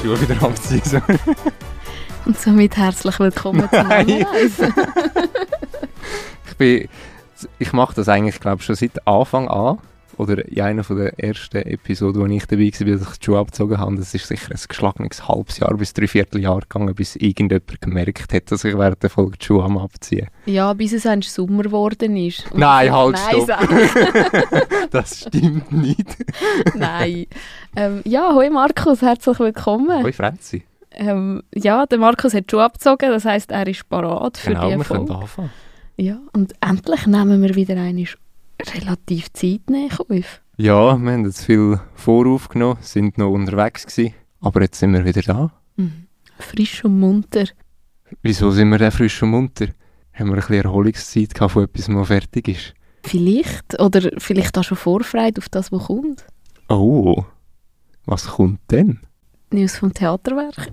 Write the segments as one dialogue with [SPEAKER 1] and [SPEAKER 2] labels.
[SPEAKER 1] Schuhe wieder abziehen. So.
[SPEAKER 2] Und somit herzlich willkommen zu Männerreise.
[SPEAKER 1] Ich mache das eigentlich, glaube ich, schon seit Anfang an. Oder in einer der ersten Episoden, wo ich dabei war, dass ich die Schuhe abgezogen habe. Das ist sicher ein geschlagenes halbes Jahr bis 3/4 Jahr gegangen, bis irgendjemand gemerkt hat, dass ich während der Folge die Schuhe am Abziehen.
[SPEAKER 2] Ja, bis es ein Sommer geworden ist. Und
[SPEAKER 1] Nein, halt,
[SPEAKER 2] Nein,
[SPEAKER 1] stopp. Das stimmt nicht.
[SPEAKER 2] Nein. Ja, hoi Markus, herzlich willkommen.
[SPEAKER 1] Hoi Franzi.
[SPEAKER 2] Ja, der Markus hat die Schuhe abgezogen, das heisst, er ist parat für
[SPEAKER 1] Genau,
[SPEAKER 2] die
[SPEAKER 1] wir
[SPEAKER 2] Folge.
[SPEAKER 1] können anfangen.
[SPEAKER 2] Ja, und endlich nehmen wir wieder eine relativ zeitnah auf.
[SPEAKER 1] Ja, wir haben jetzt viel voraufgenommen, sind noch unterwegs gewesen, aber jetzt sind wir wieder da.
[SPEAKER 2] Mhm. Frisch und munter.
[SPEAKER 1] Wieso sind wir denn frisch und munter? Haben wir ein bisschen Erholungszeit gehabt von etwas, was fertig ist?
[SPEAKER 2] Vielleicht, oder vielleicht auch schon Vorfreude auf das, was kommt.
[SPEAKER 1] Oh, was kommt denn?
[SPEAKER 2] News vom Theaterwerk.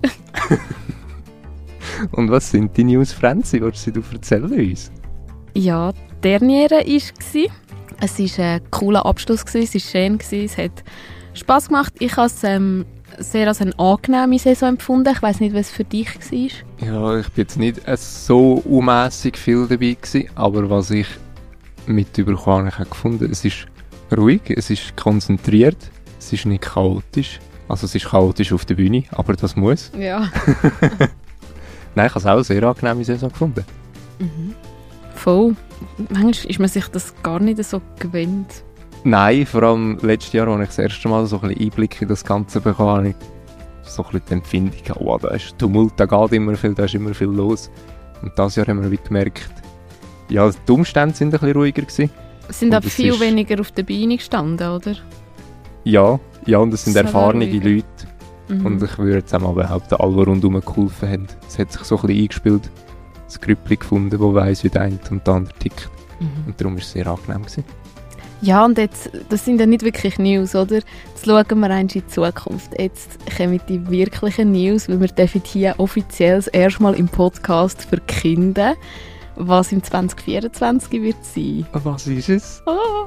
[SPEAKER 1] Und was sind die News, Franzi? Willst du erzählen uns?
[SPEAKER 2] Ja, die Derniere war. Es war ein cooler Abschluss, es war schön, es hat Spass gemacht. Ich habe es sehr als eine angenehme Saison empfunden. Ich weiss nicht, was es für dich war.
[SPEAKER 1] Ja, ich bin jetzt nicht so unmässig viel dabei gewesen, aber was ich mitbekommen habe, ich habe gefunden, es ist ruhig, es ist konzentriert, es ist nicht chaotisch. Also es ist chaotisch auf der Bühne, aber das muss.
[SPEAKER 2] Ja.
[SPEAKER 1] Nein, ich habe es auch eine sehr angenehme Saison gefunden.
[SPEAKER 2] Mhm. Voll. Manchmal ist man sich das gar nicht so gewöhnt.
[SPEAKER 1] Nein, vor allem letztes Jahr, als ich das erste Mal so ein bisschen Einblick in das Ganze bekam, habe ich so ein bisschen die Empfindung gehabt, oh, da ist Tumult, da geht immer viel, da ist immer viel los. Und dieses Jahr haben wir wieder gemerkt, ja, die Umstände sind ein bisschen ruhiger gewesen.
[SPEAKER 2] Es sind
[SPEAKER 1] Und
[SPEAKER 2] auch
[SPEAKER 1] es
[SPEAKER 2] viel
[SPEAKER 1] ist-
[SPEAKER 2] weniger auf der Bühne gestanden, oder?
[SPEAKER 1] Ja, und es sind
[SPEAKER 2] So
[SPEAKER 1] erfahrene
[SPEAKER 2] ruhiger.
[SPEAKER 1] Leute.
[SPEAKER 2] Mhm.
[SPEAKER 1] Und ich würde jetzt auch mal behaupten, alle, die rundherum geholfen haben. Es hat sich so ein bisschen eingespielt, ein Grüppchen gefunden, das weiss, wie der eine und der andere tickt.
[SPEAKER 2] Mhm.
[SPEAKER 1] Und darum war es sehr angenehm gewesen.
[SPEAKER 2] Ja, und jetzt, das sind ja nicht wirklich News, oder? Jetzt schauen wir in die Zukunft. Jetzt kommen die wirklichen News, weil wir dürfen hier offiziell das erste Mal im Podcast verkünden, was im 2024 wird sein.
[SPEAKER 1] Was ist es?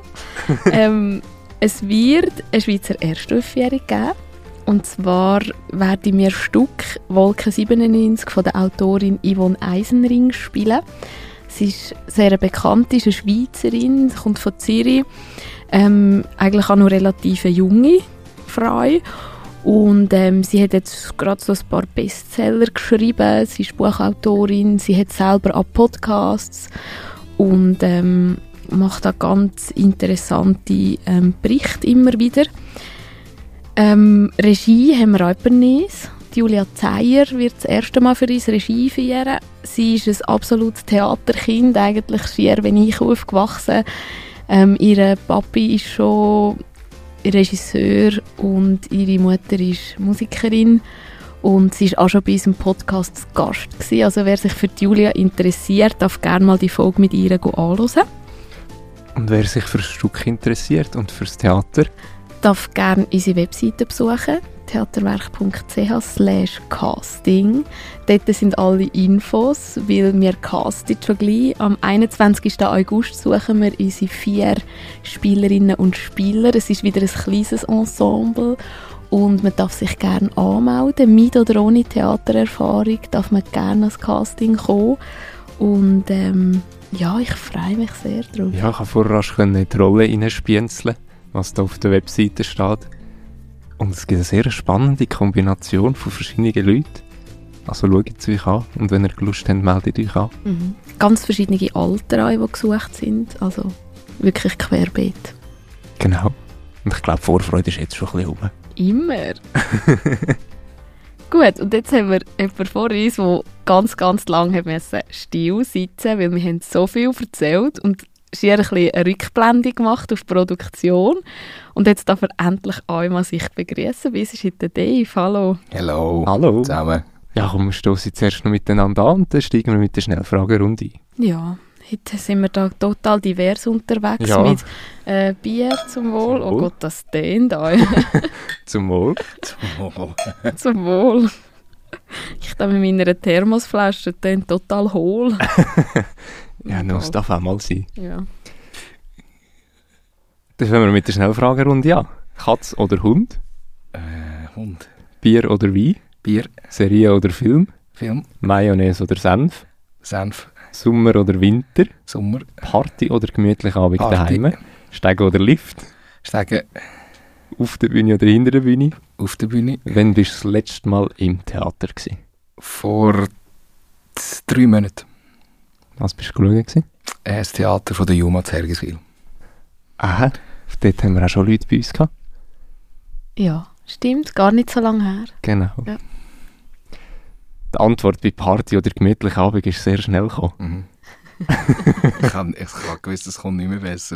[SPEAKER 2] Es wird eine Schweizer Erststufenjährung geben. Und zwar werden wir Stück Wolke 97 von der Autorin Yvonne Eisenring spielen. Sie ist sehr bekannt, ist eine Schweizerin, sie kommt von Zürich. Eigentlich auch noch relativ junge Frau. Und sie hat jetzt gerade so ein paar Bestseller geschrieben. Sie ist Buchautorin, sie hat selber auch Podcasts und macht auch ganz interessante Berichte immer wieder. Regie haben wir auch übernehmen. Julia Zeyer wird das erste Mal für uns Regie führen. Sie ist ein absolutes Theaterkind, eigentlich schier, wenn ich aufgewachsen. Ihr Papi ist schon Regisseur und ihre Mutter ist Musikerin. Und sie war auch schon bei unserem Podcast zu Gast gewesen. Also wer sich für die Julia interessiert, darf gerne mal die Folge mit ihr anhören.
[SPEAKER 1] Und wer sich für das Stück interessiert und fürs Theater,
[SPEAKER 2] Darf gerne unsere Webseite besuchen, theaterwerk.ch/casting. Dort sind alle Infos, weil wir casten schon gleich. Am 21. August suchen wir unsere 4 Spielerinnen und Spieler. Es ist wieder ein kleines Ensemble und man darf sich gerne anmelden. Mit oder ohne Theatererfahrung darf man gerne ans Casting kommen. Und ja, ich freue mich sehr drauf.
[SPEAKER 1] ja, ich konnte vorher rasch in die Rolle reinspienzeln, was da auf der Webseite steht. Und es gibt eine sehr spannende Kombination von verschiedenen Leuten. Also schaut es euch an und wenn ihr Lust habt, meldet euch an.
[SPEAKER 2] Mhm. Ganz verschiedene Alter, die gesucht sind. Also wirklich querbeet.
[SPEAKER 1] Genau. Und ich glaube, Vorfreude ist jetzt schon ein bisschen rum.
[SPEAKER 2] Immer. Gut, und jetzt haben wir jemanden vor uns, der ganz, ganz lange still sitzen, weil wir haben so viel erzählt und schier ein bisschen eine Rückblende gemacht auf die Produktion. Und jetzt darf er endlich einmal sich begrüßen. Wie ist heute Dave? Hallo.
[SPEAKER 3] Hello.
[SPEAKER 1] Hallo.
[SPEAKER 3] Zusammen.
[SPEAKER 1] Ja, komm, wir stoßen zuerst noch miteinander an und dann steigen wir mit der Schnellfragerunde ein.
[SPEAKER 2] Ja, heute sind wir da total divers unterwegs
[SPEAKER 1] Ja.
[SPEAKER 2] mit Bier zum Wohl.
[SPEAKER 1] Zum
[SPEAKER 2] Oh
[SPEAKER 1] Wohl.
[SPEAKER 2] Gott, das dehnt da.
[SPEAKER 1] Zum Wohl.
[SPEAKER 2] Zum Wohl. Ich da mit meiner Thermosflasche, dehnt total hohl.
[SPEAKER 1] Ja, no, es darf auch mal sein.
[SPEAKER 2] Ja.
[SPEAKER 1] Dann fangen wir mit der Schnellfragerunde an. Katz oder Hund?
[SPEAKER 3] Hund.
[SPEAKER 1] Bier oder Wein?
[SPEAKER 3] Bier.
[SPEAKER 1] Serie oder Film?
[SPEAKER 3] Film.
[SPEAKER 1] Mayonnaise oder Senf?
[SPEAKER 3] Senf.
[SPEAKER 1] Sommer oder Winter?
[SPEAKER 3] Sommer.
[SPEAKER 1] Party oder gemütlich Abend
[SPEAKER 3] Party.
[SPEAKER 1] daheim? Steigen oder Lift?
[SPEAKER 3] Steigen.
[SPEAKER 1] Auf der Bühne oder hinter der Bühne?
[SPEAKER 3] Auf der Bühne.
[SPEAKER 1] Wann bist du das letzte Mal im Theater gewesen?
[SPEAKER 3] Vor 3 Monaten.
[SPEAKER 1] Was bist du schauen?
[SPEAKER 3] Das Theater von der Juma zu Hergiswil.
[SPEAKER 1] Aha, dort haben wir auch schon Leute bei uns gehabt.
[SPEAKER 2] Ja, stimmt, gar nicht so lange her.
[SPEAKER 1] Genau.
[SPEAKER 2] Ja.
[SPEAKER 1] Die Antwort bei Party oder gemütlich Abend ist sehr schnell gekommen.
[SPEAKER 3] Mhm. ich habe gewusst, es kommt nicht mehr besser.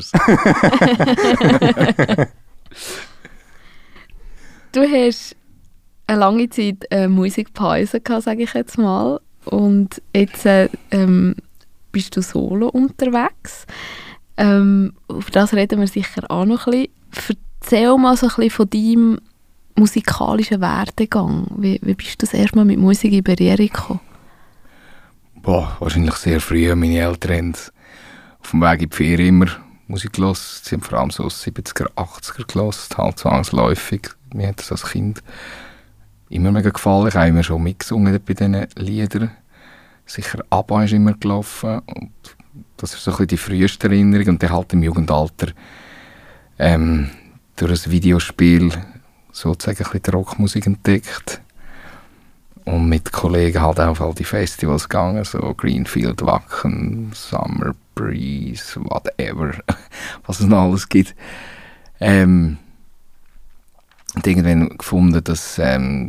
[SPEAKER 2] Du hast eine lange Zeit Musikpause gehabt, sage ich jetzt mal. Und jetzt bist du solo unterwegs. Auf das reden wir sicher auch noch ein bisschen. Erzähl mal so ein bisschen von deinem musikalischen Werdegang. Wie bist du das erste Mal mit Musik in Berührung gekommen?
[SPEAKER 3] Wahrscheinlich sehr früh. Meine Eltern haben auf dem Weg in die Ferien immer Musik gehört. Sie haben vor allem so 70er, 80er gehört, halt zwangsläufig. Mir hat das als Kind immer mega gefallen. Ich habe immer schon mitgesungen bei diesen Liedern. Sicher ABBA ist immer gelaufen. Und das ist so ein bisschen die früheste Erinnerung. Und dann halt im Jugendalter durch ein Videospiel sozusagen ein bisschen die Rockmusik entdeckt. Und mit Kollegen halt auch auf all die Festivals gegangen, so Greenfield, Wacken, Summer Breeze, whatever, was es noch alles gibt. Und irgendwann gefunden, dass ich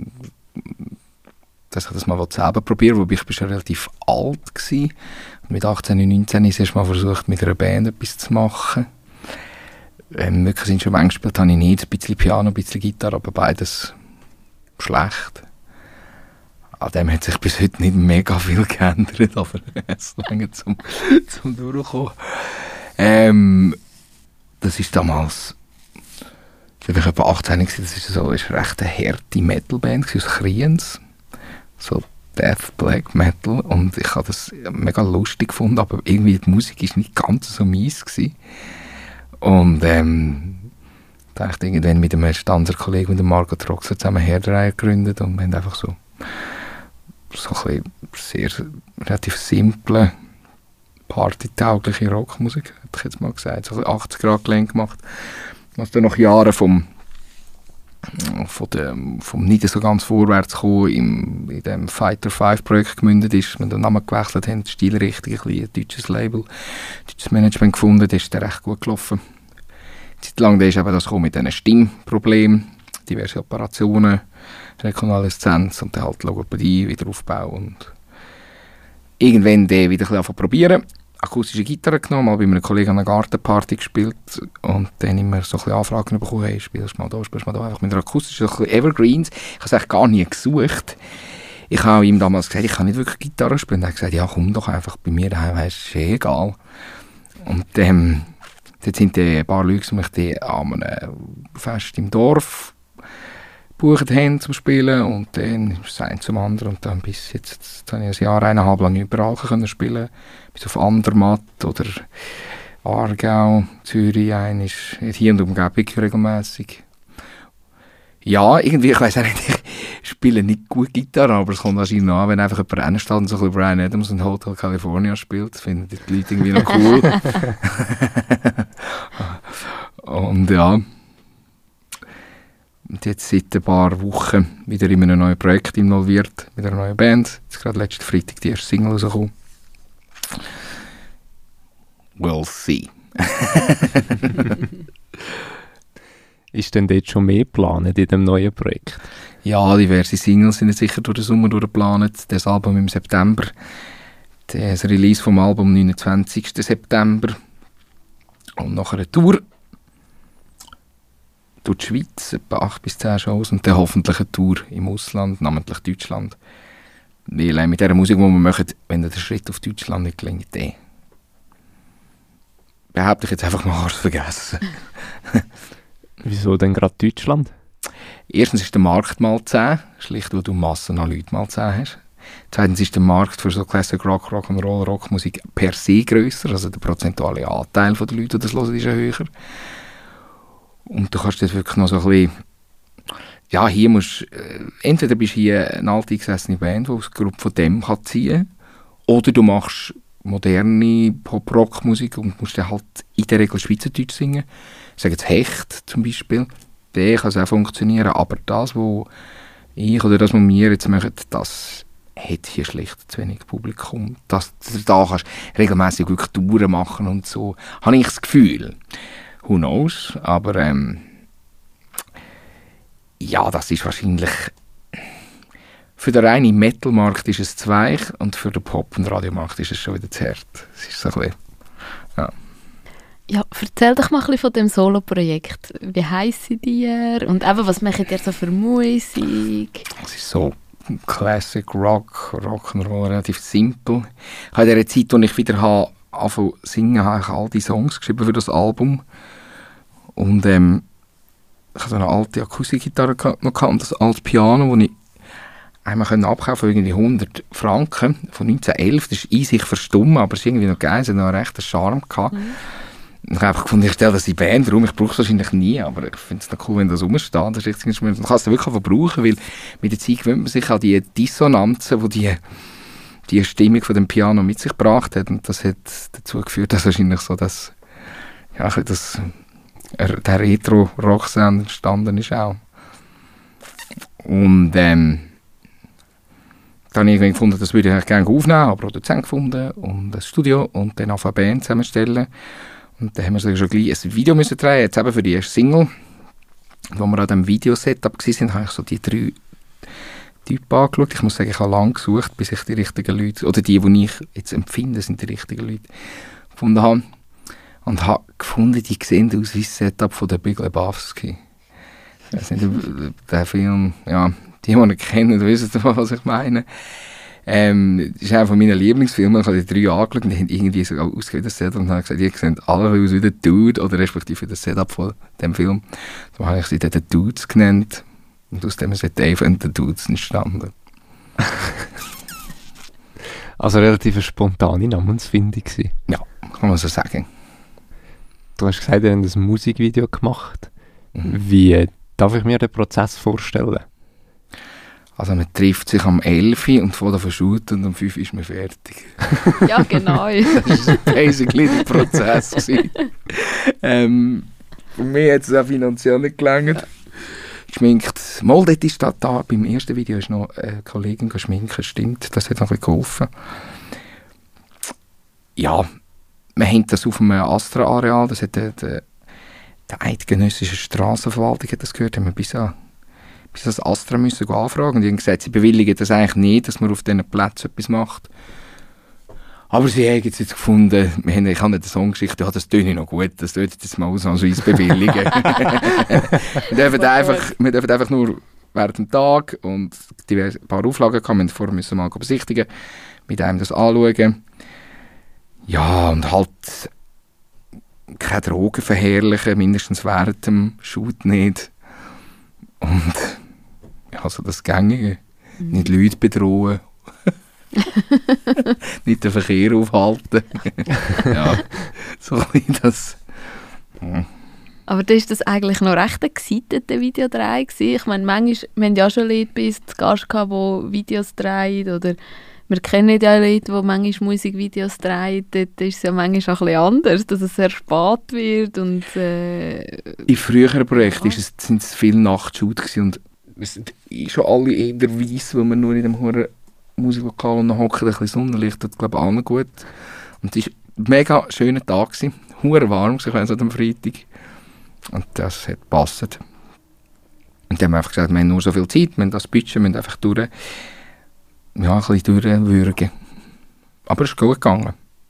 [SPEAKER 3] das mal selber probieren, wobei ich schon relativ alt war. Und mit 18 und 19 habe ich erst mal versucht, mit einer Band etwas zu machen. Wirklich Instrument gespielt habe ich nicht, ein bisschen Piano, ein bisschen Gitarre, aber beides schlecht. An dem hat sich bis heute nicht mega viel geändert, aber es lange zum Durchkommen. Das ist damals, da war ich etwa 18, das war eine recht harte Metalband aus Kriens, so Death Black Metal, und ich habe das mega lustig gefunden, aber irgendwie die Musik war nicht ganz so mies gewesen. Und da habe ich irgendwann mit einem Stanzer-Kollegen, mit dem Margot Troxler, zusammen Herderei gegründet und wir haben einfach so ein bisschen sehr relativ simple, partytaugliche Rockmusik, hätte ich jetzt mal gesagt, so ein 80er-Angelehnt gemacht, was dann nach Jahren vom nicht so ganz vorwärts kommen in dem Fighter 5 Projekt gemündet ist, wir den Namen gewechselt haben, die Stilrichtung, ein deutsches Label, deutsches Management gefunden, das ist dann recht gut gelaufen. Zeitlang ist eben das mit diesen Stimmproblemen, diverse Operationen, Rekonvaleszenz und dann halt Logopädie, Wiederaufbau und irgendwann den wieder ein bisschen probieren. Akustische Gitarre genommen, mal bei einem Kollegen an einer Gartenparty gespielt und dann immer so ein bisschen Anfragen bekommen, hey, spielst du mal da, einfach mit einer akustischen, so ein bisschen Evergreens. Ich habe es eigentlich gar nie gesucht. Ich habe ihm damals gesagt, ich kann nicht wirklich Gitarre spielen. Er hat gesagt, ja, komm doch einfach bei mir daheim, ist egal. Und dort sind ein paar Leute, die mich an einem Fest im Dorf gebucht haben zum Spielen und dann ist es ein zum anderen und dann bis jetzt habe ich ein Jahr, 1,5 lang überall können spielen, bis auf Andermatt oder Aargau, Zürich, hier in der Umgebung regelmässig. Ja, irgendwie, ich weiss auch nicht, ich spiele nicht gut Gitarre, aber es kommt wahrscheinlich an, wenn einfach jemand reinsteht und so ein bisschen Bryan Adams und Hotel California spielt, das finden die Leute irgendwie noch cool. Und ja, und jetzt seit ein paar Wochen wieder in einem neuen Projekt involviert, mit einer neuen Band. Jetzt gerade letzten Freitag die erste Single rausgekommen. We'll see.
[SPEAKER 1] Ist denn dort schon mehr geplant in diesem neuen Projekt?
[SPEAKER 3] Ja, diverse Singles sind jetzt sicher durch den Sommer durchgeplant. Das Album im September. Das Release vom Album am 29. September. Und nachher eine Tour durch die Schweiz, etwa 8 bis 10 Shows und dann hoffentlich eine Tour im Ausland, namentlich Deutschland. Weil mit dieser Musik, die wir machen, wenn der Schritt auf Deutschland nicht gelingt, dann behaupte ich jetzt einfach mal hart vergessen.
[SPEAKER 1] Wieso denn gerade Deutschland?
[SPEAKER 3] Erstens ist der Markt mal 10, schlicht weil du Massen an Leuten mal 10 hast. Zweitens ist der Markt für so Classic Rock, Rock'n'Roll, Rockmusik per se grösser, also der prozentuale Anteil der Leute, die das hören, ist ja höher. Und du kannst jetzt wirklich noch so ein bisschen ja, hier musst entweder bist du hier eine alteingesessene Band, die aus der Gruppe von dem kann ziehen kann, oder du machst moderne Pop-Rock-Musik und musst dann halt in der Regel Schweizerdeutsch singen. Ich sage jetzt Hecht zum Beispiel, der kann es auch funktionieren, aber das, was ich oder das, was wir jetzt machen, das hat hier schlicht zu wenig Publikum. Dass du da kannst regelmässig wirklich Touren machen und so, habe ich das Gefühl. Who knows, aber ja, das ist wahrscheinlich für den reinen Metal-Markt ist es zu weich und für den Pop- und Radiomarkt ist es schon wieder zu hart. Es ist so ein bisschen, ja.
[SPEAKER 2] Ja, erzähl doch mal ein bisschen von dem Solo-Projekt. Wie heissen die? Und eben, was machen ihr so für Musik?
[SPEAKER 3] Es ist so Classic Rock, Rock'n'Roll, relativ simpel. Ich habe in der Zeit, als ich wieder angefangen zu singen, habe ich all die Songs geschrieben für das Album. Und ich hatte so eine alte Akustikgitarre noch und das alte Piano, das ich einmal abkaufen für irgendwie 100 Franken von 1911. Das ist in sich verstummen, aber es ist irgendwie noch geil, es hat noch einen rechten Charme gehabt. Ich habe einfach gefunden, ich stelle das in die Band rum, ich brauche es wahrscheinlich nie, aber ich finde es noch cool, wenn das rumsteht. Das ist richtig, man kann es wirklich verbrauchen, weil mit der Zeit gewöhnt man sich an die Dissonanzen, die Stimmung von dem Piano mit sich gebracht hat, und das hat dazu geführt, dass wahrscheinlich so das, ja, der Retro-Rock-Sound entstanden ist auch. Und dann habe ich gefunden, das würde ich gerne aufnehmen, habe Produzent gefunden und ein Studio und dann auf eine Band zusammenstellen. Und dann haben wir schon gleich ein Video müssen drehen, jetzt eben für die erste Single. Wo wir an diesem Videosetup waren, habe ich so die 3 Typen angeschaut. Ich muss sagen, ich habe lange gesucht, bis ich die richtigen Leute, oder die ich jetzt empfinde, sind die richtigen Leute, gefunden habe. Und habe gefunden, die sehen aus wie das Setup von der Big Lebowski. Ich weiß nicht, der Film, ja, die ihn kennen, wissen, was ich meine. Das ist einer von meinen Lieblingsfilmen. Ich habe die 3 angeschaut und die haben irgendwie so ausgesehen wie das Setup und habe gesagt, die sehen alle aus wie der Dude oder respektive das Setup von dem Film. Darum habe ich sie dann den Dudes genannt und aus dem ist Dave and the Dudes entstanden.
[SPEAKER 1] Also relativ eine spontane Namensfindung gewesen.
[SPEAKER 3] Ja, kann man so sagen.
[SPEAKER 1] Du hast gesagt, ihr habt ein Musikvideo gemacht.
[SPEAKER 3] Mhm.
[SPEAKER 1] Wie darf ich mir den Prozess vorstellen?
[SPEAKER 3] Also man trifft sich am 11 Uhr und fährt davon shooten und um 5 Uhr ist man fertig.
[SPEAKER 2] Ja, genau.
[SPEAKER 3] Das war basically der Prozess. Für mich hat es auch finanziell nicht gelangt. Geschminkt. Mal, dort ist da, beim ersten Video ist noch eine Kollegin geschminkt, stimmt. Das hat noch ein bisschen geholfen. Ja, wir haben das auf dem Astra-Areal, das hat der eidgenössische Strassenverwaltung hat das gehört, haben wir bis das Astra müssen anfragen. Und die haben gesagt, sie bewilligen das eigentlich nicht, dass man auf diesen Plätzen etwas macht. Aber sie haben jetzt gefunden, ich habe eine Songgeschichte, ja, das töne noch gut, das dürfen jetzt mal ausnahmsweise bewilligen. wir dürfen einfach nur während dem Tag und ein paar Auflagen haben, wir vorher müssen mal besichtigen, mit einem das anschauen. Ja, und halt keine Drogen verherrlichen, mindestens während dem Shoot nicht. Und also das Gängige. Nicht Leute bedrohen. Nicht den Verkehr aufhalten. Ja, so ein bisschen das. Ja.
[SPEAKER 2] Aber da ist das eigentlich noch recht ein gesitteter Videodreh gewesen. Ich meine, manchmal, wir haben ja schon Leute bei uns zu Gast gehabt, die Videos drehen, oder wir kennen ja Leute, die manchmal Musikvideos drehen. Dort ist es ja manchmal auch ein bisschen anders, dass es sehr spät wird. Und,
[SPEAKER 3] in früheren Projekten sind es viele Nachtshoots und wir sind schon alle eher weiss, weil wir nur in dem hohen Musiklokal und hocken, ein bisschen Sonnenlicht, das glaube ich allen gut. Und es war ein mega schöner Tag, hure warm, ich weiß, am Freitag. Und das hat gepasst. Und dann haben wir einfach gesagt, wir haben nur so viel Zeit, wir haben das Budget, wir müssen einfach ein bisschen durchwürgen. Aber es ist gut gegangen.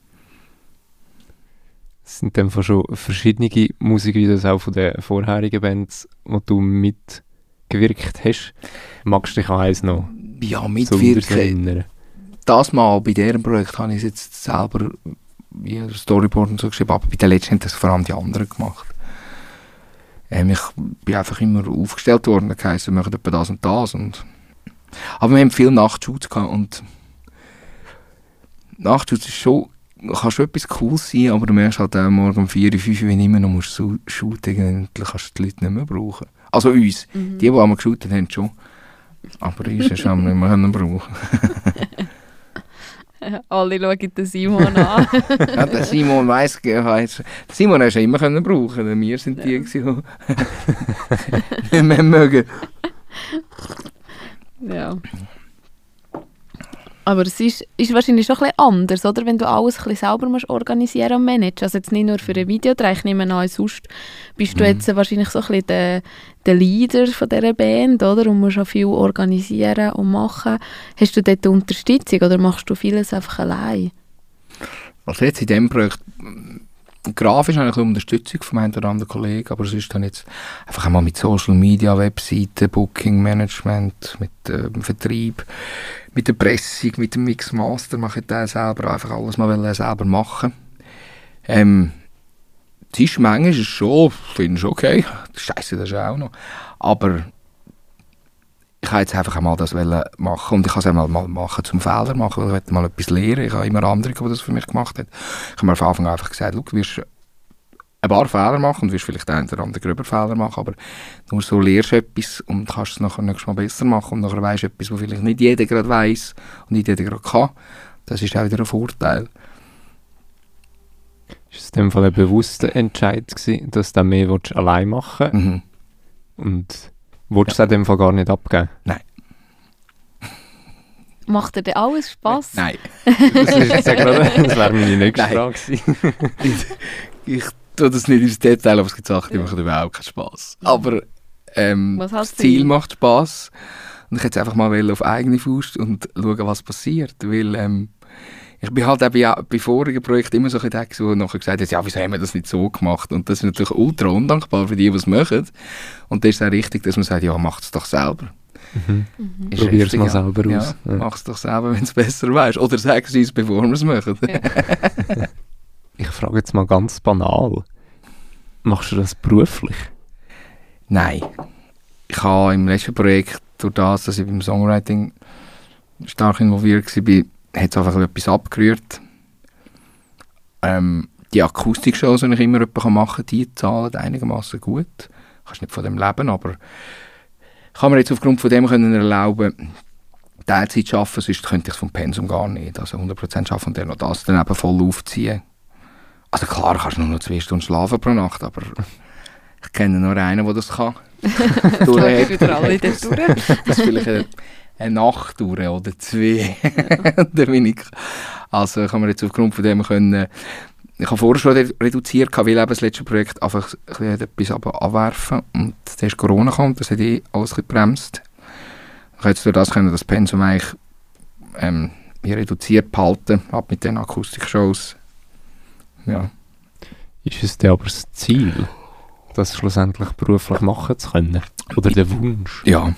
[SPEAKER 1] Es sind dann schon verschiedene Musikvideos auch von den vorherigen Bands, wo du mitgewirkt hast. Magst du dich an eins noch
[SPEAKER 3] mitwirken? Das Mal bei diesem Projekt habe ich es jetzt selber wie Storyboard und so geschrieben, aber bei den letzten haben das vor allem die anderen gemacht. Ich bin einfach immer aufgestellt worden, das heisst, wir machen etwa das und das. Aber wir haben viele Nachtshoots gehabt und Nachtshoots kann schon etwas Cooles sein, aber du merkst halt auch morgen um 4, 5 Uhr, wenn du immer noch shooten musst, dann kannst du die Leute nicht mehr brauchen. Also uns. Die einmal geshootet haben, schon. Aber uns haben wir nicht mehr brauchen.
[SPEAKER 2] Alle schauen den Simon an.
[SPEAKER 3] Ja, der Simon weiss, Simon hast du immer brauchen. Wir sind die, die nicht mehr mögen.
[SPEAKER 2] Ja. Aber es ist wahrscheinlich schon ein bisschen anders, oder? Wenn du alles ein bisschen selber musst organisieren und managen. Also jetzt nicht nur für ein Videodreh, ich nehme an, sonst bist du jetzt wahrscheinlich so ein bisschen der Leader von dieser Band, oder? Und musst auch viel organisieren und machen. Hast du dort Unterstützung oder machst du vieles einfach allein?
[SPEAKER 3] Also jetzt in diesem Projekt, grafisch habe ich eine Unterstützung von einem oder anderen Kollegen, aber sonst dann jetzt einfach einmal mit Social Media, Webseiten, Booking, Management, mit dem Vertrieb, mit der Pressung, mit dem Mixmaster mache ich das selber, einfach alles mal selber machen. Es ist manchmal schon, finde ich okay, Scheiße, das ist auch noch, aber ich wollte jetzt einfach einmal das machen und ich kann es einmal machen, zum Fehler machen, weil ich wollte mal etwas lernen. Ich habe immer andere, die das für mich gemacht haben. Ich habe mir von Anfang an einfach gesagt, du wirst ein paar Fehler machen und wirst vielleicht einen oder anderen gröber Fehler machen, aber nur so lernst du etwas und kannst es nachher nächstes Mal besser machen und nachher weisst du etwas, was vielleicht nicht jeder gerade weiss und nicht jeder gerade kann. Das ist auch wieder ein Vorteil.
[SPEAKER 1] Ist es in dem Fall ein bewusster Entscheid gewesen, dass du mehr allein machen willst?
[SPEAKER 3] Mhm.
[SPEAKER 1] Und willst du es in dem Fall gar nicht abgeben?
[SPEAKER 3] Nein.
[SPEAKER 2] Macht dir denn alles Spass?
[SPEAKER 3] Nein.
[SPEAKER 1] Das wäre meine nächste Frage gewesen.
[SPEAKER 3] Ich tue das nicht ins Detail, aber es gibt Sachen, die machen überhaupt keinen Spass. Aber das Ziel macht Spass. Und ich hätte einfach mal auf eigene Faust und schauen, was passiert. Weil ich bin halt eben bei vorigen Projekten immer so gedacht, wo nachher gesagt hat, ja, wieso haben wir das nicht so gemacht? Und das ist natürlich ultra undankbar für die es machen. Und das ist auch richtig, dass man sagt, ja, mach es doch selber.
[SPEAKER 1] Probier es mal selber aus.
[SPEAKER 3] Ja, mach es doch selber, wenn du es besser weißt. Oder sag es uns, bevor wir es machen.
[SPEAKER 2] Ja.
[SPEAKER 1] Ich frage jetzt mal ganz banal. Machst du das beruflich?
[SPEAKER 3] Nein. Ich habe im letzten Projekt, durch das, dass ich beim Songwriting stark involviert war, hat es einfach etwas abgerührt. Die Akustik-Shows, die ich immer machen kann, die zahlen einigermaßen gut. Du kannst nicht von dem leben, aber ich kann mir jetzt aufgrund von dem erlauben, Teilzeit zu arbeiten, sonst könnte ich es vom Pensum gar nicht. Also 100% arbeiten und dann noch das dann eben voll aufziehen. Also klar, kannst du nur noch 2 Stunden schlafen pro Nacht, aber ich kenne nur einen, der das kann.
[SPEAKER 2] Durch wieder alle dort durch.
[SPEAKER 3] Das ist vielleicht eine Nacht durch oder 2. Da bin ich. Also ich kann mir jetzt aufgrund von dem ich habe vorher schon reduziert, weil eben das letzte Projekt einfach etwas abwerfen und dann ist Corona gekommen, das hat alles ein bisschen gebremst. Ich habe jetzt durch das Pensum eigentlich reduziert behalten, ab mit den Akustikshows. Ja.
[SPEAKER 1] Ist es denn aber das Ziel, das schlussendlich beruflich machen zu können? Oder der Wunsch?
[SPEAKER 3] Ja.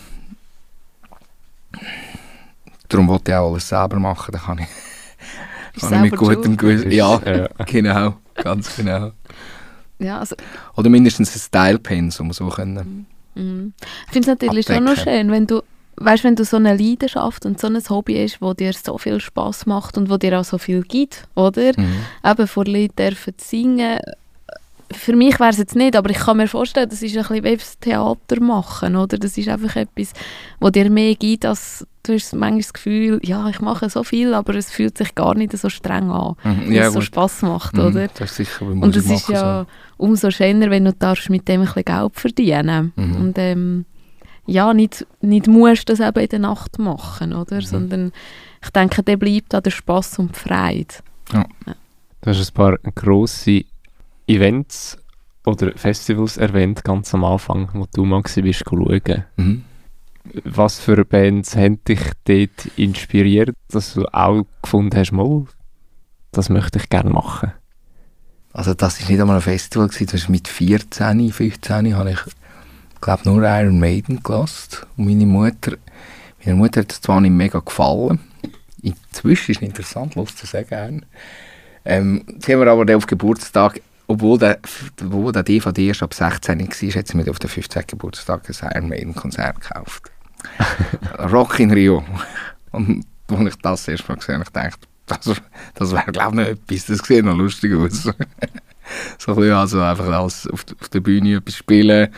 [SPEAKER 3] Darum wollte ich auch alles selber machen, da kann ich mit gutem Gewissen. Ja, genau, ganz genau.
[SPEAKER 2] Ja, also,
[SPEAKER 3] oder mindestens ein Style-Pensum so können.
[SPEAKER 2] Ich finde es natürlich schon noch schön, wenn du so eine Leidenschaft und so ein Hobby ist, wo dir so viel Spass macht und wo dir auch so viel gibt, oder? Eben vor Leuten dürfen singen. Für mich wäre es jetzt nicht, aber ich kann mir vorstellen, das ist ein bisschen wie das Theater machen, oder? Das ist einfach etwas, was dir mehr gibt, als du hast manchmal das Gefühl, ja, ich mache so viel, aber es fühlt sich gar nicht so streng an, weil es so Spass macht, oder?
[SPEAKER 3] Das ist sicher,
[SPEAKER 2] und es ist ja umso schöner, wenn du darfst mit dem ein bisschen Geld verdienen. Und ja, nicht musst du das eben in der Nacht machen, oder? Sondern ich denke, der bleibt an der Spass und die Freude.
[SPEAKER 3] Ja.
[SPEAKER 1] Du hast ein paar grosse Events oder Festivals erwähnt, ganz am Anfang, wo du mal warst, schauen. Was für Bands haben dich dort inspiriert, dass du auch gefunden hast, mal, das möchte ich gerne machen?
[SPEAKER 3] Also das war nicht einmal ein Festival, das war mit 14, 15 habe ich glaube nur Iron Maiden gehört. Und meiner Mutter hat es zwar nicht mega gefallen. Inzwischen ist es interessant, los zu sagen. Sie haben mir aber auf Geburtstag, obwohl der DVD erst ab 16 war, hat sie mir auf den 15. Geburtstag ein Iron Maiden Konzert gekauft. Rock in Rio. Und als ich das erst mal gesehen habe, dachte ich, das wäre glaube ich noch etwas, das sieht noch lustig aus. So ein bisschen, also einfach auf der Bühne etwas spielen,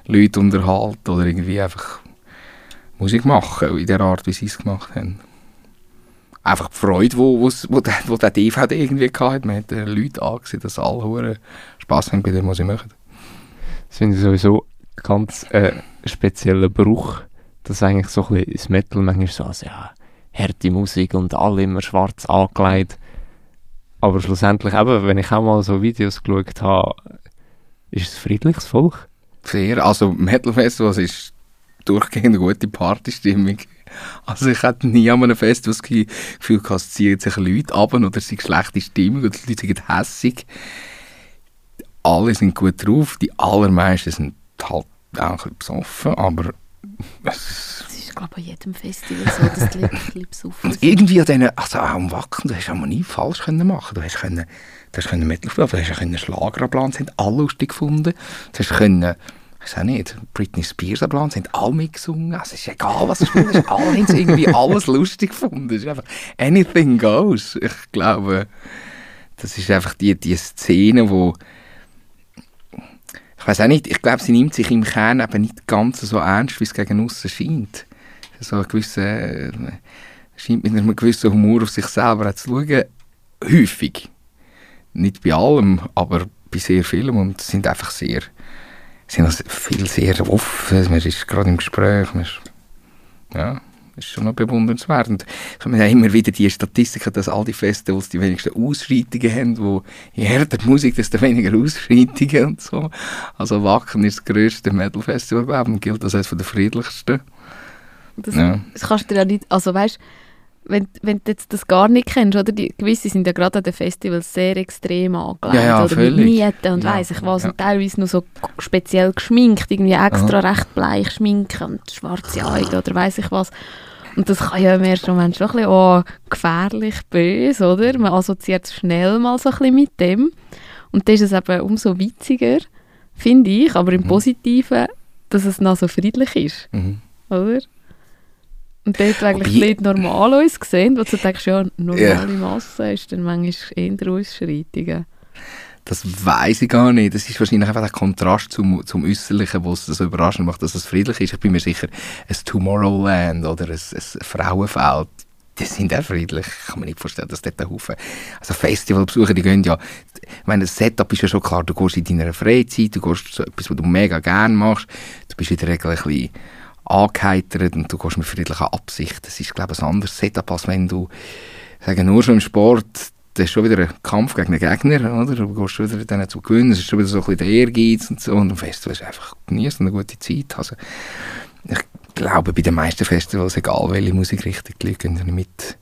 [SPEAKER 3] Leute unterhalten oder irgendwie einfach Musik machen, in der Art, wie sie es gemacht haben. Einfach die Freude, wo der DVD irgendwie hatte. Man hat den Leuten angesehen, dass alle Spass haben bei dem, was sie machen.
[SPEAKER 1] Das finde ich sowieso ganz spezieller Bruch, dass eigentlich so ein bisschen das Metal manchmal so als harte Musik und alle immer schwarz angelegt. Aber schlussendlich eben, wenn ich auch mal so Videos geschaut habe, ist es friedliches Volk.
[SPEAKER 3] Sehr, also Metal Festivals ist durchgehend eine gute Partystimmung. Also ich hatte nie an einem Festival das Gefühl gehabt, es ziehen sich Leute ab oder es ist schlechte Stimmung oder die Leute sind hässig. Alle sind gut drauf, die allermeisten sind halt auch ein bisschen besoffen, aber
[SPEAKER 2] Das ist, glaube ich, an jedem Festival so, dass die Leute ein bisschen besoffen sind.
[SPEAKER 3] irgendwie an denen, also auch am Wacken, du hast auch nie falsch können machen. Du hast Metal spielen, du hast können Schlager abladen, haben alle lustig gefunden. Du hast können, ich weiß auch nicht, Britney Spears abladen, sind alle mitgesungen. Also es ist egal, was du spielst, alle haben es irgendwie alles lustig gefunden. Es ist einfach anything goes. Ich glaube, das ist einfach die Szene, wo ich weiß auch nicht, ich glaube, sie nimmt sich im Kern eben nicht ganz so ernst, wie es gegen aussen scheint. So ein gewisser, scheint mit einem gewissen Humor auf sich selber zu schauen. Häufig. Nicht bei allem, aber bei sehr vielem. Und sind einfach sehr offen. Man ist gerade im Gespräch. Ist schon noch bewundernswert. Und ich habe immer wieder die Statistiken, dass all die Festivals die wenigsten Ausschreitungen haben, wo je härter die Musik, desto weniger Ausschreitungen und so. Also Wacken ist das grösste Metal-Festival, glaube ich, und gilt als eines der friedlichsten.
[SPEAKER 2] Das kannst du dir ja nicht, also weißt, wenn du jetzt das gar nicht kennst, oder? Gewisse sind ja gerade an den Festivals sehr extrem angelegt, oder
[SPEAKER 3] völlig.
[SPEAKER 2] Mit Nieten und weiss ich was, und teilweise noch so speziell geschminkt, irgendwie extra recht bleich schminken und schwarze Augen oder weiss ich was. Und das kann ja im ersten Moment schon ein bisschen gefährlich böse, oder? Man assoziiert schnell mal so ein bisschen mit dem. Und dann ist es eben umso witziger, finde ich, aber im Positiven, dass es noch so friedlich ist, oder? Und dort eigentlich Leute normal uns sehen, wo du denkst, ja, normale Masse ist dann manchmal eher Ausschreitungen.
[SPEAKER 3] Das weiss ich gar nicht. Das ist wahrscheinlich einfach der Kontrast zum Äußerlichen, was es so überraschend macht, dass es friedlich ist. Ich bin mir sicher, ein Tomorrowland oder ein Frauenfeld, die sind auch friedlich. Ich kann mir nicht vorstellen, dass dort ein Haufen... Also Festivalbesucher, die gehen ja... Ich meine, das Setup ist ja schon klar, du gehst in deiner Freizeit, du gehst so etwas, was du mega gerne machst, du bist in der Regel ein bisschen angeheitert und du gehst mit friedlicher Absicht. Das ist, glaube ich, ein anderes Setup, als wenn du, nur schon im Sport, das ist schon wieder ein Kampf gegen einen Gegner, oder? Du gehst schon wieder denen zu gewinnen, es ist schon wieder so ein bisschen der Ehrgeiz und so, und am Festival ist einfach genießen und eine gute Zeit. Also, ich glaube, bei den meisten Festivals, egal welche Musikrichtung die Leute gehen mit.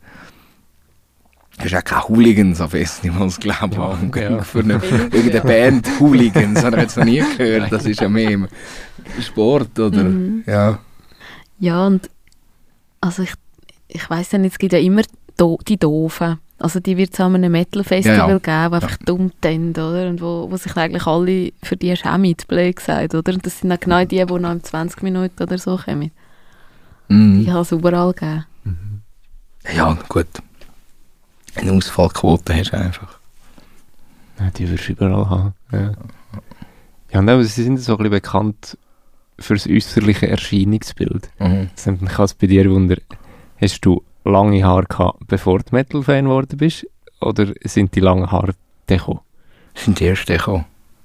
[SPEAKER 3] Es ist auch keine Hooligans an Festivals, glaube ich. Für irgendeine Band Hooligans, habe ich jetzt noch nie gehört. Das ist ja mehr im Sport, oder?
[SPEAKER 2] Ja, und also ich weiss ja nicht, es gibt ja immer die Doofen. Also die wird es an einem Metal-Festival geben, die einfach dumm sind, oder? Und wo sich eigentlich alle für die schämen, blöd gesagt, oder? Und das sind dann genau die noch in 20 Minuten oder so kommen. Die kann es überall geben.
[SPEAKER 3] Ja, gut. Eine Ausfallquote hast du einfach.
[SPEAKER 1] Ja, die wirst du überall haben. Ja, und sie sind so ein bisschen bekannt für das äußerliche Erscheinungsbild. Das nimmt mich als bei dir Wunder. Hast du lange Haare gehabt, bevor du Metal-Fan geworden bist? Oder sind die langen Haare gekommen?
[SPEAKER 3] Das sind die ersten gekommen.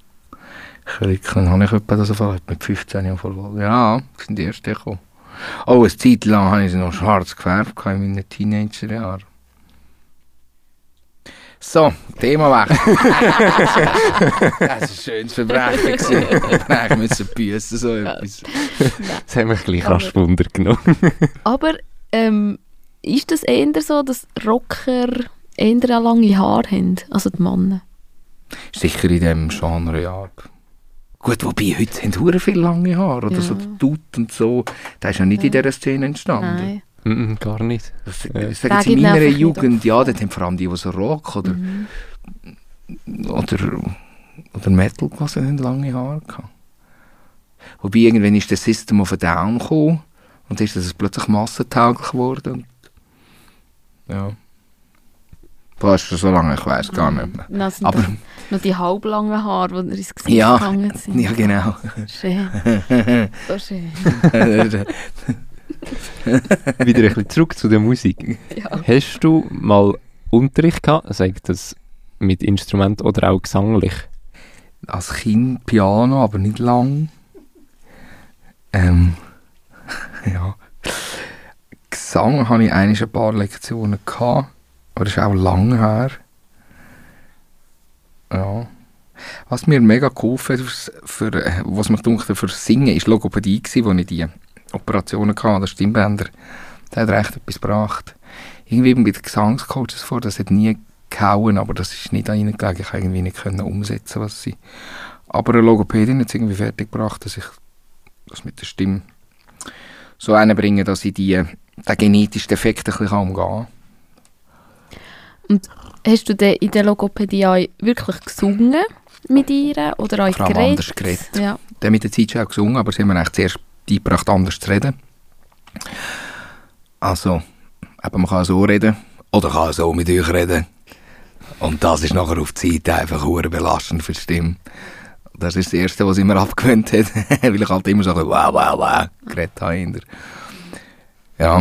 [SPEAKER 3] Dann habe ich etwa so mit 15 Jahren voll. Ja, das sind die ersten gekommen. Oh, eine Zeit lang habe ich sie noch schwarz gefärbt in meinen Teenagerjahren. So, Themawechsel. Das war ein schönes Verbrechen. Verbrechen müssen büssen, so etwas.
[SPEAKER 1] Das hat mich gleich rasch Wunder genommen.
[SPEAKER 2] Aber ist das eher so, dass Rocker eher lange Haare haben, also die Männer?
[SPEAKER 3] Sicher in diesem Genre, ja. Gut, wobei, heute haben sehr viele lange Haare, oder so der Tut und so. Das ist ja nicht in dieser Szene entstanden.
[SPEAKER 2] Nein.
[SPEAKER 1] Gar nicht.
[SPEAKER 3] Das sagen sie in meiner Jugend, ja, das haben vor allem die so Rock oder Metal quasi lange Haare gehabt. Wobei, irgendwann ist das System of a Down gekommen und ist das plötzlich massentauglich geworden. Und, ja. Das ist schon so lange, ich weiss gar nicht mehr.
[SPEAKER 2] Dann sind
[SPEAKER 3] Aber
[SPEAKER 2] noch die halblangen Haare, die ins Gesicht gegangen sind.
[SPEAKER 3] ja, genau.
[SPEAKER 2] Schön. So schön.
[SPEAKER 1] Wieder ein bisschen zurück zu der Musik.
[SPEAKER 2] Ja.
[SPEAKER 1] Hast du mal Unterricht gehabt, sagt das mit Instrument oder auch gesanglich?
[SPEAKER 3] Als Kind Piano, aber nicht lang. Ja. Gesang hatte ich eigentlich ein paar Lektionen gehabt, aber das ist auch lange her. Ja. Was mir mega geholfen hat, was mich dunkte für Singen, war Logopädie, wo ich die Operationen hatte, der Stimmbänder. Das hat recht etwas gebracht. Irgendwie mit den Gesangscoaches vor, das hat nie gehauen, aber das ist nicht an ihnen gelegen. Ich konnte irgendwie nicht umsetzen, was sie... Aber eine Logopädin hat es irgendwie fertig gebracht, dass ich das mit der Stimme so einbringe, dass ich den genetischen Defekt ein bisschen umgehen kann.
[SPEAKER 2] Und hast du denn in der Logopädie auch wirklich gesungen mit ihr oder auch
[SPEAKER 3] Vor allem anders geredet.
[SPEAKER 2] Ja.
[SPEAKER 3] Der mit der Zeit schon auch gesungen, aber sie haben mir eigentlich zuerst beigebracht, anders zu reden. Also, eben, man kann so reden oder kann so mit euch reden. Und das ist nachher auf die Zeit einfach verdammt belastend für die Stimme. Das ist das Erste, was ich mir abgewöhnt hat, weil ich halt immer so wow, wow, wow geredet habe. Ja,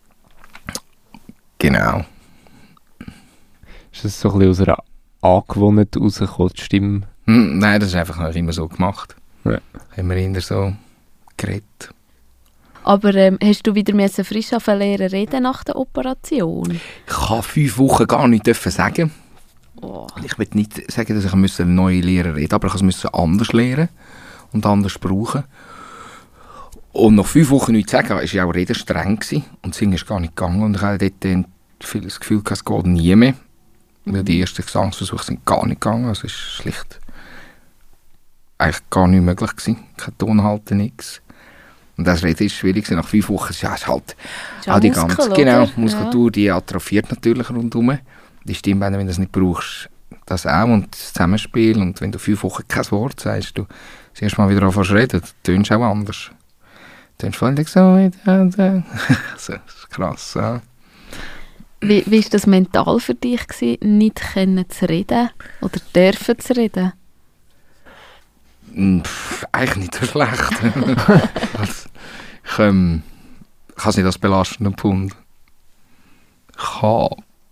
[SPEAKER 3] genau.
[SPEAKER 1] Ist das so ein bisschen aus einer Angewohnheit rausgekommen, die Stimme?
[SPEAKER 3] Nein, das ist einfach noch immer so gemacht.
[SPEAKER 1] Ja.
[SPEAKER 3] Haben wir immer so geredet.
[SPEAKER 2] Aber hast du wieder frisch lernen reden nach der Operation?
[SPEAKER 3] Ich kann 5 Wochen gar nicht sagen.
[SPEAKER 2] Oh.
[SPEAKER 3] Ich will nicht sagen, dass ich eine neue Lehre reden, aber ich musste anders lernen und anders brauchen. Und nach 5 Wochen nichts sagen, war ja auch Reden streng gewesen. Und Singen ist gar nicht gegangen. Und ich hatte dort das Gefühl, es geht nie mehr. Weil die ersten Gesangsversuche sind gar nicht gegangen. Also es ist schlicht eigentlich gar nicht möglich gewesen. Kein Ton halten, nichts. Und das Reden ist schwierig. Nach 5 Wochen ist halt auch die ganze Muskulatur, die atrophiert natürlich rundherum. Die Stimmbänder, wenn du das nicht brauchst, das auch. Und das Zusammenspiel. Und wenn du 5 Wochen kein Wort sagst, du das erste Mal wieder anfängst zu reden, dann tönst du auch anders. Dann tönst du so, das ist krass. Ja.
[SPEAKER 2] Wie war das mental für dich gewesen, nicht zu reden oder dürfen zu reden?
[SPEAKER 3] Eigentlich nicht so schlecht. Ich habe es nicht als belastenden Punkt. Es war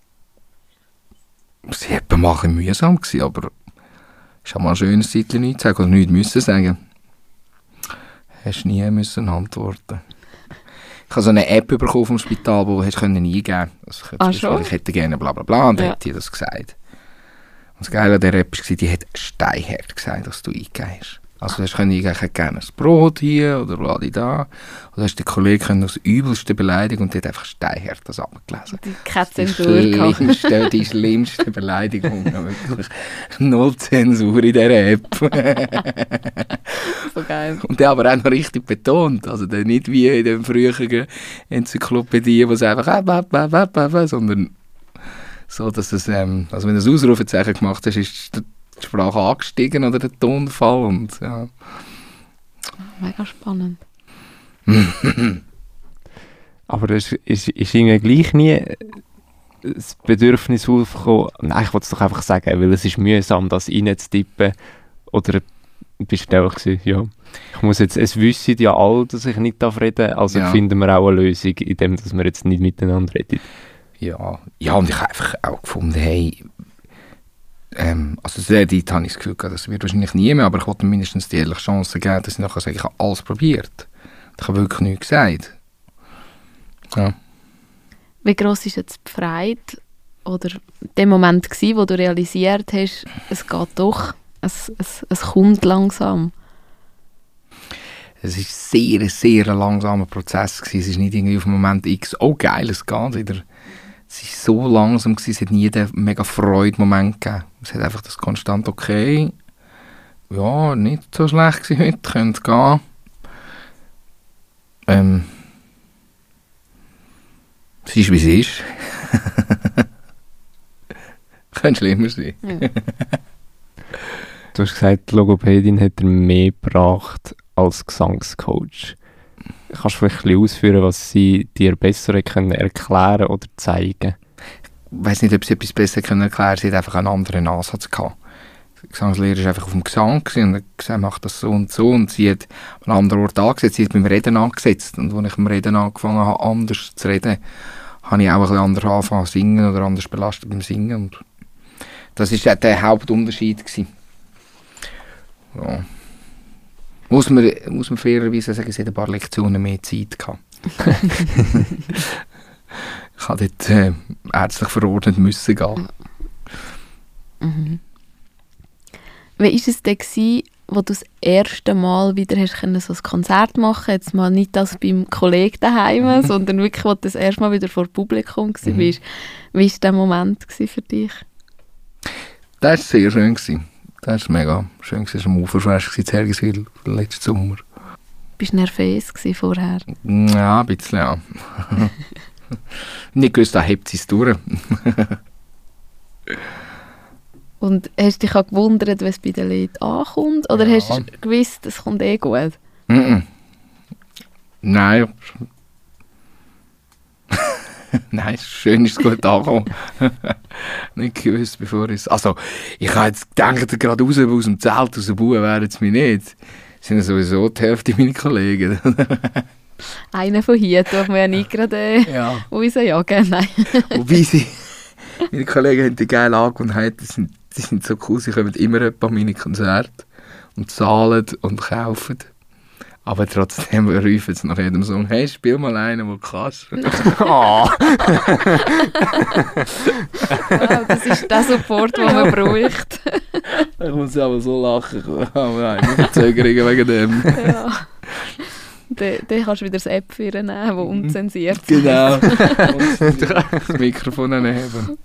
[SPEAKER 3] mal ein bisschen mühsam gewesen, aber es war mal ein schönes Zeitchen nichts sagen oder nichts müssen sagen. Hast nie müssen antworten. Ich habe so eine App bekommen vom Spital, wo du eingeben konntest. Also ich hätte gerne bla bla bla und dann hat die das gesagt. Und das Geile an dieser App war, die hat steinhart gesagt, was du eingegeben hast. Also du hast gerne ein Brot hier oder da. Oder hast den Kollegen das übelste beleidigt und die hat einfach steinhart das abgelesen. Die schlimmste Beleidigung. Wirklich 0 Zensur in dieser App.
[SPEAKER 2] So geil.
[SPEAKER 3] Und der aber auch noch richtig betont. Also der nicht wie in den früheren Enzyklopädien, wo es einfach sondern so, dass es, also wenn du ein Ausrufezeichen gemacht hast, ist die Sprache angestiegen oder der Tonfall und ja.
[SPEAKER 2] Mega spannend.
[SPEAKER 1] Aber es ist irgendwie gleich nie das Bedürfnis aufgekommen, nein, ich wollte es doch einfach sagen, weil es ist mühsam, das reinzutippen. Oder bist du einfach gewesen, ja, ich muss jetzt, es wissen ja alle, dass ich nicht reden darf, also finden wir auch eine Lösung, indem dass wir jetzt nicht miteinander reden.
[SPEAKER 3] Ja, und ich habe einfach auch gefunden, hey, also dort habe ich das Gefühl gehabt, das wird wahrscheinlich nie mehr, aber ich wollte mindestens die ehrliche Chance geben, dass ich nachher sage, ich habe alles probiert. Ich habe wirklich nichts gesagt. Ja.
[SPEAKER 2] Wie gross ist jetzt die Freude oder der Moment gewesen, wo du realisiert hast, es geht doch, es kommt langsam?
[SPEAKER 3] Es war ein sehr langsamer Prozess gewesen. Es ist nicht irgendwie auf den Moment X, oh geil, es geht wieder. Es war so langsam gewesen, es hat nie den mega Freude-Moment gegeben. Es hat einfach das konstant, okay, ja, nicht so schlecht gewesen heute, könnte gehen. Es ist, wie es ist. Könnte schlimmer sein.
[SPEAKER 1] Ja. Du hast gesagt, die Logopädin hat dir mehr gebracht als Gesangscoach. Kannst du vielleicht ein bisschen ausführen, was sie dir besser können erklären oder zeigen?
[SPEAKER 3] weiß nicht, ob sie etwas besser erklären können. Sie hat einfach einen anderen Ansatz gehabt. Die Gesangslehrerin war einfach auf dem Gesang und hat gesagt, mach das so. Und sie hat an einem anderen Ort angesetzt. Sie hat beim Reden angesetzt. Und als ich beim Reden angefangen habe, anders zu reden, habe ich auch ein bisschen anders angefangen zu singen oder anders belastet beim Singen. Und das war der Hauptunterschied gewesen. Ja. Muss man fairerweise sagen, sie hat ein paar Lektionen mehr Zeit gehabt. Ich habe dort ärztlich verordnet müssen gehen.
[SPEAKER 2] Mhm. Wie war es denn, wo du das erste Mal wieder hast können, so ein Konzert machen, jetzt mal nicht das beim Kollegen daheim, sondern wirklich, wo du das erste Mal wieder vor Publikum warst. Wie war der Moment für dich?
[SPEAKER 3] Das war sehr schön. Das war mega schön. Es war am Uferfest in Hergiswil letzten Sommer.
[SPEAKER 2] Bist du nervös vorher?
[SPEAKER 3] Ja, ein bisschen, ja. Nicht gewusst, da hebt es durch.
[SPEAKER 2] Und hast du dich auch gewundert, was bei den Leuten ankommt? Oder hast du gewusst, es kommt eh gut?
[SPEAKER 3] Nein. Nein, schön ist es gut angekommen. Nicht gewusst, bevor es... Also, ich habe jetzt gedacht, gerade raus aus dem Zelt, aus dem Bauern wären es mir nicht. Das sind ja sowieso die Hälfte meiner Kollegen.
[SPEAKER 2] Einer von hier darf man ja nicht gerade rausjagen. Nein.
[SPEAKER 3] Wobei meine Kollegen haben die geile Angewohnheit, die sind so cool, sie kommen immer an meine Konzerte und zahlen und kaufen. Aber trotzdem rufen sie nach jedem Song, hey, spiel mal einen, den du kannst.
[SPEAKER 1] Oh.
[SPEAKER 2] Das ist der Support, den man braucht.
[SPEAKER 3] Ich muss aber so lachen. Aber nein, Verzögerungen wegen dem.
[SPEAKER 2] Ja. Dann kannst du wieder das App für nehmen, das unzensiert ist.
[SPEAKER 3] Genau. Und das Mikrofon anheben.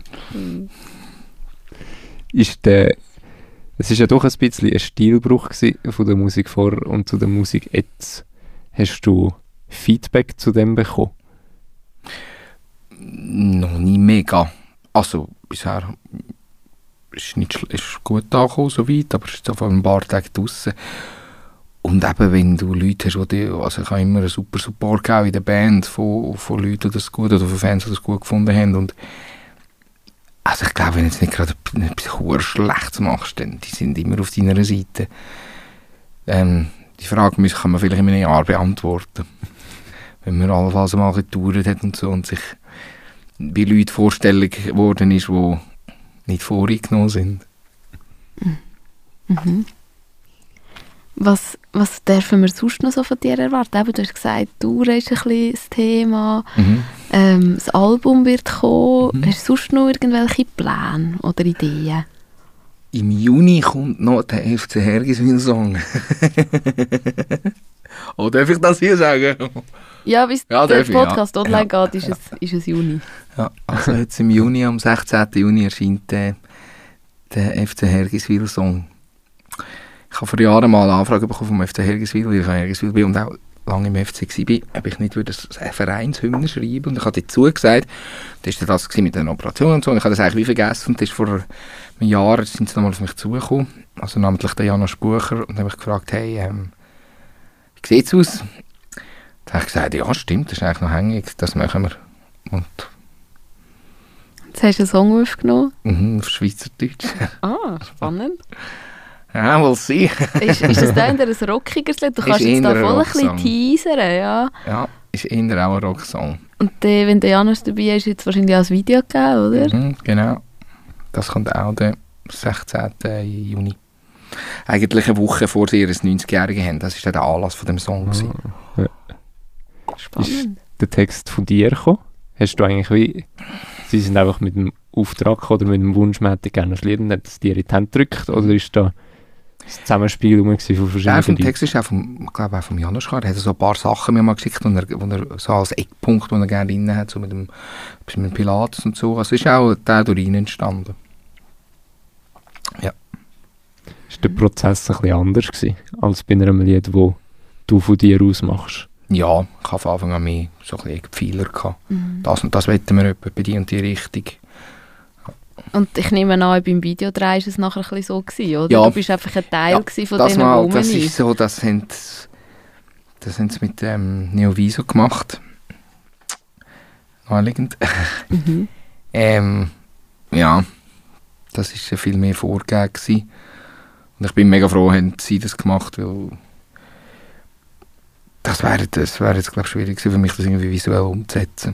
[SPEAKER 1] Es war ja doch ein bisschen ein Stilbruch von der Musik vor und zu der Musik jetzt. Hast du Feedback zu dem bekommen?
[SPEAKER 3] Noch nie mega. Also bisher ist gut angekommen, soweit, aber es ist vor ein paar Tagen draussen. Und eben, wenn du Leute hast, also ich habe immer einen super Support gegeben in der Band von Leuten, die das gut oder von Fans, die das gut gefunden haben. Und also ich glaube, wenn du jetzt nicht gerade etwas Schlechtes machst, dann die sind immer auf deiner Seite. Die Frage kann man vielleicht in einem Jahr beantworten. Wenn man allenfalls mal getourt hat und so und sich bei Leuten vorstellig geworden ist, die nicht voreingenommen sind.
[SPEAKER 2] Mhm. Was dürfen wir sonst noch so von dir erwarten? Eben, du hast gesagt, Tour ist ein bisschen das Thema. Das Album wird kommen. Hast du sonst noch irgendwelche Pläne oder Ideen?
[SPEAKER 3] Im Juni kommt noch der FC Hergiswil-Song. Oh, darf ich das hier sagen?
[SPEAKER 2] Ja, bis der Podcast online geht, ist es Juni. Ja,
[SPEAKER 3] also jetzt im Juni, am 16. Juni erscheint der FC Hergiswil-Song. Ich habe vor Jahren mal eine Anfrage bekommen vom FC Hergiswil, weil ich in Hergiswil bin und auch lange im FC war, ob ich nicht eine Vereinshymne schreiben. Und ich habe dazu gesagt, das war das mit den Operationen und so, und ich habe das eigentlich wie vergessen. Und das ist vor einem Jahr sind sie nochmal auf mich zugekommen, also namentlich der Janosch Bucher, und habe mich gefragt, hey, wie sieht es aus? Da habe ich gesagt, ja stimmt, das ist eigentlich noch hängig, das machen wir. Und
[SPEAKER 2] jetzt hast du einen Song aufgenommen?
[SPEAKER 3] Auf Schweizerdeutsch.
[SPEAKER 2] Ah, spannend.
[SPEAKER 3] Ja, we'll see.
[SPEAKER 2] ist das da eher ein rockigeres Lied? Du kannst jetzt da voll ein bisschen teasern, ja?
[SPEAKER 3] Ja, ist eher auch ein Rocksong.
[SPEAKER 2] Und wenn der Janus dabei ist, wird es wahrscheinlich auch ein Video geben, oder?
[SPEAKER 3] Genau. Das kommt auch den 16. Juni. Eigentlich eine Woche vor sie ihr 90-Jähriges haben. Das war der Anlass von dem Song.
[SPEAKER 1] Ja.
[SPEAKER 2] Spannend.
[SPEAKER 1] Ist der Text von dir gekommen? Hast du eigentlich sie sind einfach mit dem Auftrag oder mit dem Wunsch, man hätte gerne ein Lied und hat es dir in die Hand gedrückt? Oder ist da das Zusammenspiel von verschiedenen
[SPEAKER 3] Leuten? Der Text ist auch vom Janusz Kar. Er hat so ein paar Sachen mir mal geschickt, wo er so als Eckpunkt, den er gerne drin hat, so mit dem Pilatus und so. Also ist auch der durch ihn entstanden. Ja.
[SPEAKER 1] Ist der Prozess ein bisschen anders gewesen, als bei einem Lied, das du von dir aus machst?
[SPEAKER 3] Ja, ich habe von Anfang an mehr so ein bisschen Eckpfeiler gehabt. Das und das wollten wir etwa bei die und die Richtung.
[SPEAKER 2] Und ich nehme an, beim Videodreh war es nachher ein bisschen so gewesen, oder?
[SPEAKER 3] Ja,
[SPEAKER 2] du bist einfach ein Teil von denen,
[SPEAKER 3] wo das ist so, das haben sie mit Neoviso gemacht. Naheliegend. ja, das war viel mehr vorgegeben gewesen. Und ich bin mega froh, haben sie das gemacht, weil das wäre jetzt, glaube ich, schwierig gewesen für mich, das irgendwie visuell umzusetzen.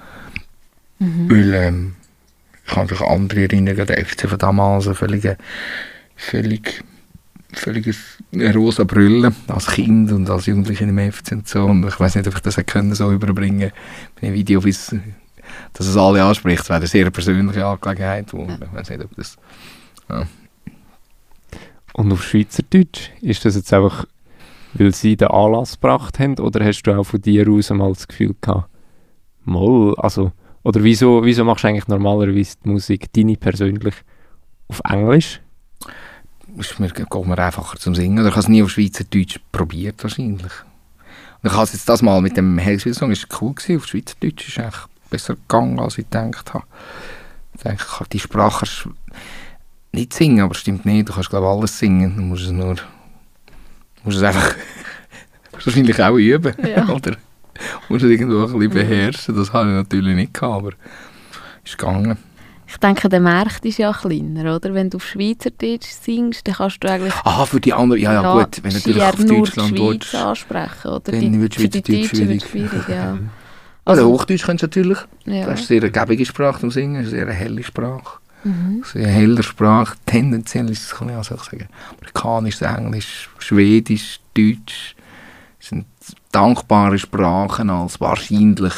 [SPEAKER 3] Weil ich kann mich an andere erinnern, der FC von damals, eine völlig rosa Brille als Kind und als Jugendliche im FC und so. Und ich weiß nicht, ob ich das können, so überbringen bei einem Video, dass es alle anspricht. Es wäre eine sehr persönliche Angelegenheit. Ich weiß nicht, ob das... Ja.
[SPEAKER 1] Und auf Schweizerdeutsch, ist das jetzt einfach, weil sie den Anlass gebracht haben, oder hast du auch von dir aus mal das Gefühl gehabt, mal, also, oder wieso machst du eigentlich normalerweise die Musik, deine persönlich, auf Englisch?
[SPEAKER 3] Geht mir einfacher zum Singen. Oder ich habe es nie auf Schweizerdeutsch probiert wahrscheinlich. Und ich habe es jetzt das mal mit dem Hellswil-Song, ist cool gewesen. Auf Schweizerdeutsch ist es eigentlich besser gegangen, als ich gedacht habe. Ich denke, die Sprache nicht singen, aber stimmt nicht. Du kannst, glaube ich, alles singen. Du musst es einfach wahrscheinlich auch üben.
[SPEAKER 2] Ja.
[SPEAKER 3] Oder musst es irgendwo ein bisschen beherrschen. Das habe ich natürlich nicht gehabt, aber es ist gegangen.
[SPEAKER 2] Ich denke, der Markt ist ja kleiner, oder? Wenn du auf Schweizerdeutsch singst, dann kannst du eigentlich
[SPEAKER 3] Für die anderen, ja gut, wenn natürlich auf Deutschland
[SPEAKER 2] nur die
[SPEAKER 3] willst,
[SPEAKER 2] Schweiz ansprechen, oder?
[SPEAKER 3] dann wird
[SPEAKER 2] Für die
[SPEAKER 3] Schweizerdeutsch
[SPEAKER 2] Deutschen wird es schwierig, ja.
[SPEAKER 3] Also Hochdeutsch kannst du natürlich.
[SPEAKER 2] Ja.
[SPEAKER 3] Das ist eine sehr gebige Sprache zum Singen, eine sehr helle Sprache. Sehr helle Sprache. Tendenziell ist es, kann ich auch sagen, Amerikanisch, Englisch, Schwedisch, Deutsch sind dankbare Sprachen als wahrscheinlich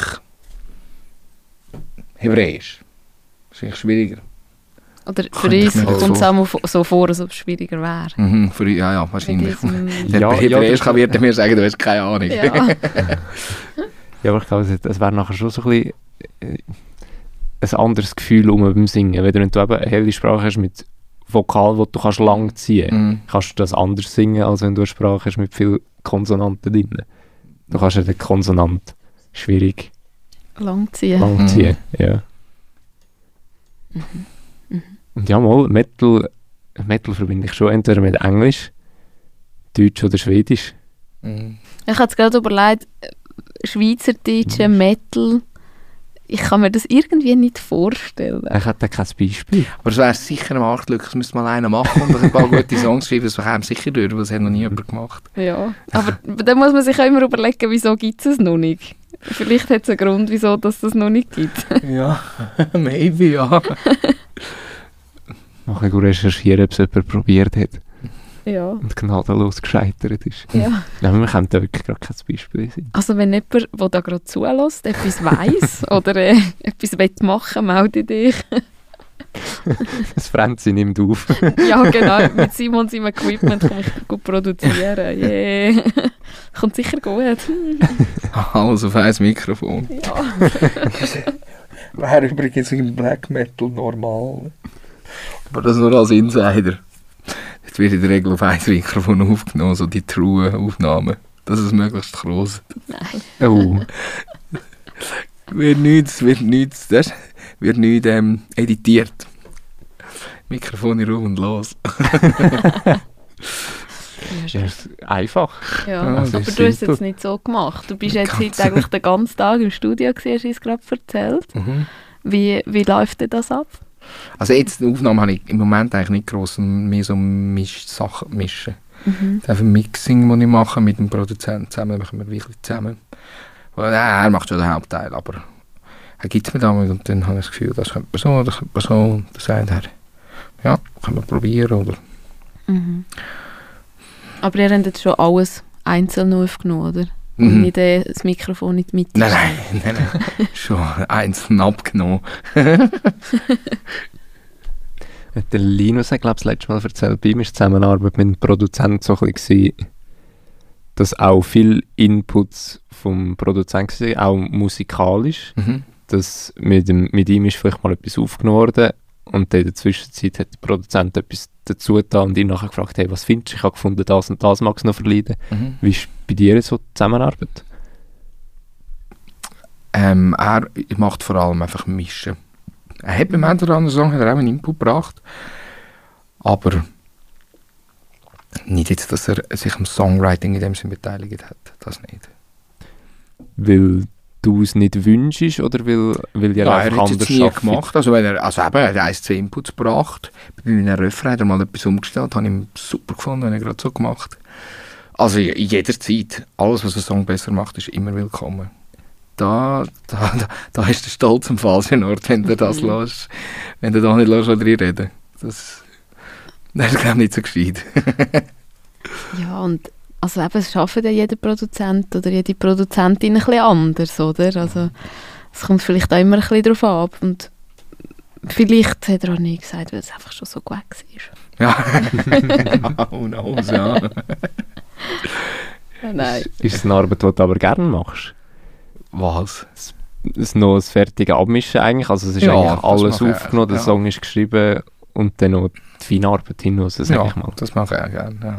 [SPEAKER 3] Hebräisch. Das ist eigentlich schwieriger.
[SPEAKER 2] Oder für uns
[SPEAKER 3] mir
[SPEAKER 2] kommt es auch so vor, als ob es schwieriger wäre.
[SPEAKER 3] Ja, wahrscheinlich.
[SPEAKER 2] Ja,
[SPEAKER 3] Der Hebräisch wird mir sagen, du hast keine Ahnung.
[SPEAKER 2] Ja.
[SPEAKER 1] Ja, aber ich glaube, es wäre nachher schon so ein bisschen ein anderes Gefühl beim Singen. Wenn du eben eine helle Sprache hast mit Vokal, die du kannst lang ziehen kannst du das anders singen, als wenn du eine Sprache hast mit vielen Konsonanten drin. Du kannst ja den Konsonant schwierig
[SPEAKER 2] Lang ziehen.
[SPEAKER 1] Ja. Und ja, mal, Metal verbinde ich schon entweder mit Englisch, Deutsch oder Schwedisch.
[SPEAKER 2] Ich habe jetzt gerade überlegt, schweizerdeutscher Metal, ich kann mir das irgendwie nicht vorstellen.
[SPEAKER 1] Ich hätte kein Beispiel.
[SPEAKER 3] Aber es wäre sicher ein Marktlücke, es müsste mal einer machen und ein paar gute Songs schreiben, das käme sicher durch, weil das hat noch nie jemand gemacht.
[SPEAKER 2] Ja, aber dann muss man sich auch immer überlegen, wieso gibt es noch nicht. Vielleicht hat es einen Grund, wieso dass es noch nicht gibt.
[SPEAKER 3] Ja, maybe, ja.
[SPEAKER 1] Mal ein bisschen recherchieren, ob es jemand probiert hat
[SPEAKER 2] Ja.
[SPEAKER 1] und gnadenlos gescheitert ist.
[SPEAKER 2] Ja.
[SPEAKER 1] Ja, wir können da wirklich gerade kein Beispiel sein.
[SPEAKER 2] Also wenn jemand, der da gerade zulässt, etwas weiss oder etwas machen will, melde dich.
[SPEAKER 1] Das Frenzy nimmt auf.
[SPEAKER 2] Ja, genau. Mit Simon seinem Equipment kann ich gut produzieren. Yeah. Kommt sicher gut.
[SPEAKER 3] Alles auf ein Mikrofon.
[SPEAKER 2] Ja.
[SPEAKER 3] Wäre übrigens im Black Metal normal. Aber das nur als Insider. Jetzt wird in der Regel auf ein Mikrofon aufgenommen, so die true Aufnahmen. Das ist möglichst gross.
[SPEAKER 2] Nein.
[SPEAKER 1] Oh.
[SPEAKER 3] Wird nichts editiert. Mikrofon in Raum und los.
[SPEAKER 1] Ja, ist einfach.
[SPEAKER 2] Ja,
[SPEAKER 1] das
[SPEAKER 2] aber
[SPEAKER 1] ist
[SPEAKER 2] du hast es
[SPEAKER 1] simpel.
[SPEAKER 2] jetzt nicht so gemacht. Du bist jetzt heute eigentlich den ganzen Tag im Studio gewesen, hast du uns gerade erzählt. Wie läuft denn das ab?
[SPEAKER 3] Also jetzt die Aufnahme habe ich im Moment eigentlich nicht gross, mehr so Sachen mischen. Das ein Mixing, das ich mache mit dem Produzenten zusammen, machen wir wirklich zusammen. Er macht schon den Hauptteil, aber er gibt es mir damit und dann habe ich das Gefühl, das könnte man so, das könnte man so. Und dann sagt er, ja, können wir probieren, oder?
[SPEAKER 2] Aber ihr habt jetzt schon alles einzeln aufgenommen, oder? Und nicht das Mikrofon in die Mitte.
[SPEAKER 3] Nein. Schon einzeln abgenommen.
[SPEAKER 1] Der Linus hat, glaube ich, das letzte Mal erzählt, bei ihm war die Zusammenarbeit mit dem Produzenten so ein bisschen, dass auch viele Inputs vom Produzenten waren, auch musikalisch. Dass mit ihm ist vielleicht mal etwas aufgenommen worden und in der Zwischenzeit hat der Produzent etwas dazu getan und ihn nachher gefragt, hey, was findest du? Ich habe gefunden, das und das mag es noch verleiden. Wie ist bei dir so die Zusammenarbeit?
[SPEAKER 3] Er macht vor allem einfach Mischen. Er hat beim einen oder anderen Song auch einen Input gebracht, aber nicht jetzt, dass er sich am Songwriting in dem Sinn beteiligt hat. Das nicht.
[SPEAKER 1] Weil du es nicht wünschst oder weil ihr einfach
[SPEAKER 3] er hat es
[SPEAKER 1] anders
[SPEAKER 3] jetzt nie
[SPEAKER 1] arbeitet?
[SPEAKER 3] gemacht. Also, er hat 1-2 Inputs gebracht. Bei einem Refrain hat er mal etwas umgestellt. Habe ich ihm super gefunden, habe ich gerade so gemacht. Also jederzeit. Alles, was ein Song besser macht, ist immer willkommen. Da ist der Stolz am falschen Ort, wenn du das lässt. Wenn du da nicht lässt, oder reden. Das ist, glaube ich, nicht so gescheit.
[SPEAKER 2] Ja, und also eben, es schafft ja jeder Produzent oder jede Produzentin ein bisschen anders, oder? Also es kommt vielleicht auch immer ein bisschen darauf ab. Und vielleicht hat er auch nie gesagt, weil es einfach schon so gut war.
[SPEAKER 3] Ja, who knows, ja.
[SPEAKER 2] Nein.
[SPEAKER 1] Ist es eine Arbeit, die du aber gerne machst?
[SPEAKER 3] Was?
[SPEAKER 1] Es noch das fertige Abmischen eigentlich? Also es ist
[SPEAKER 3] Ja,
[SPEAKER 1] eigentlich
[SPEAKER 3] das
[SPEAKER 1] alles
[SPEAKER 3] mache ich,
[SPEAKER 1] aufgenommen, der
[SPEAKER 3] ja.
[SPEAKER 1] Song ist geschrieben und dann noch die feine Arbeit hinaus, sag
[SPEAKER 3] Ja,
[SPEAKER 1] ich mal.
[SPEAKER 3] das mache ich auch gerne, ja.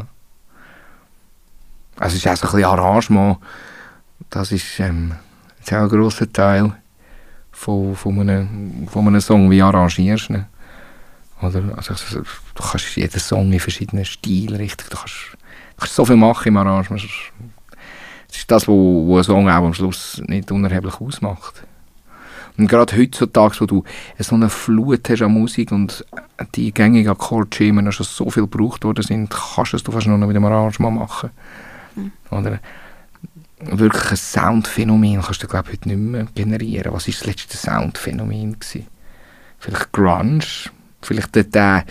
[SPEAKER 3] Also es ist auch so ein bisschen Arrangement. Das ist auch ein grosser Teil von einem Song, wie arrangierst du ihn. Oder? Also, du kannst jeden Song in verschiedenen Stilrichtungen, du kannst so viel machen im Arrangement. Das ist das, wo ein Song auch am Schluss nicht unerheblich ausmacht. Und gerade heutzutage, wo du so eine Flut hast an Musik und die gängigen Akkordschemen schon so viel gebraucht worden sind, kannst du es fast nur noch mit dem Arrangement machen. Oder wirklich ein Soundphänomen kannst du, glaube ich, heute nicht mehr generieren. Was war das letzte Soundphänomen gewesen? Vielleicht Grunge, vielleicht der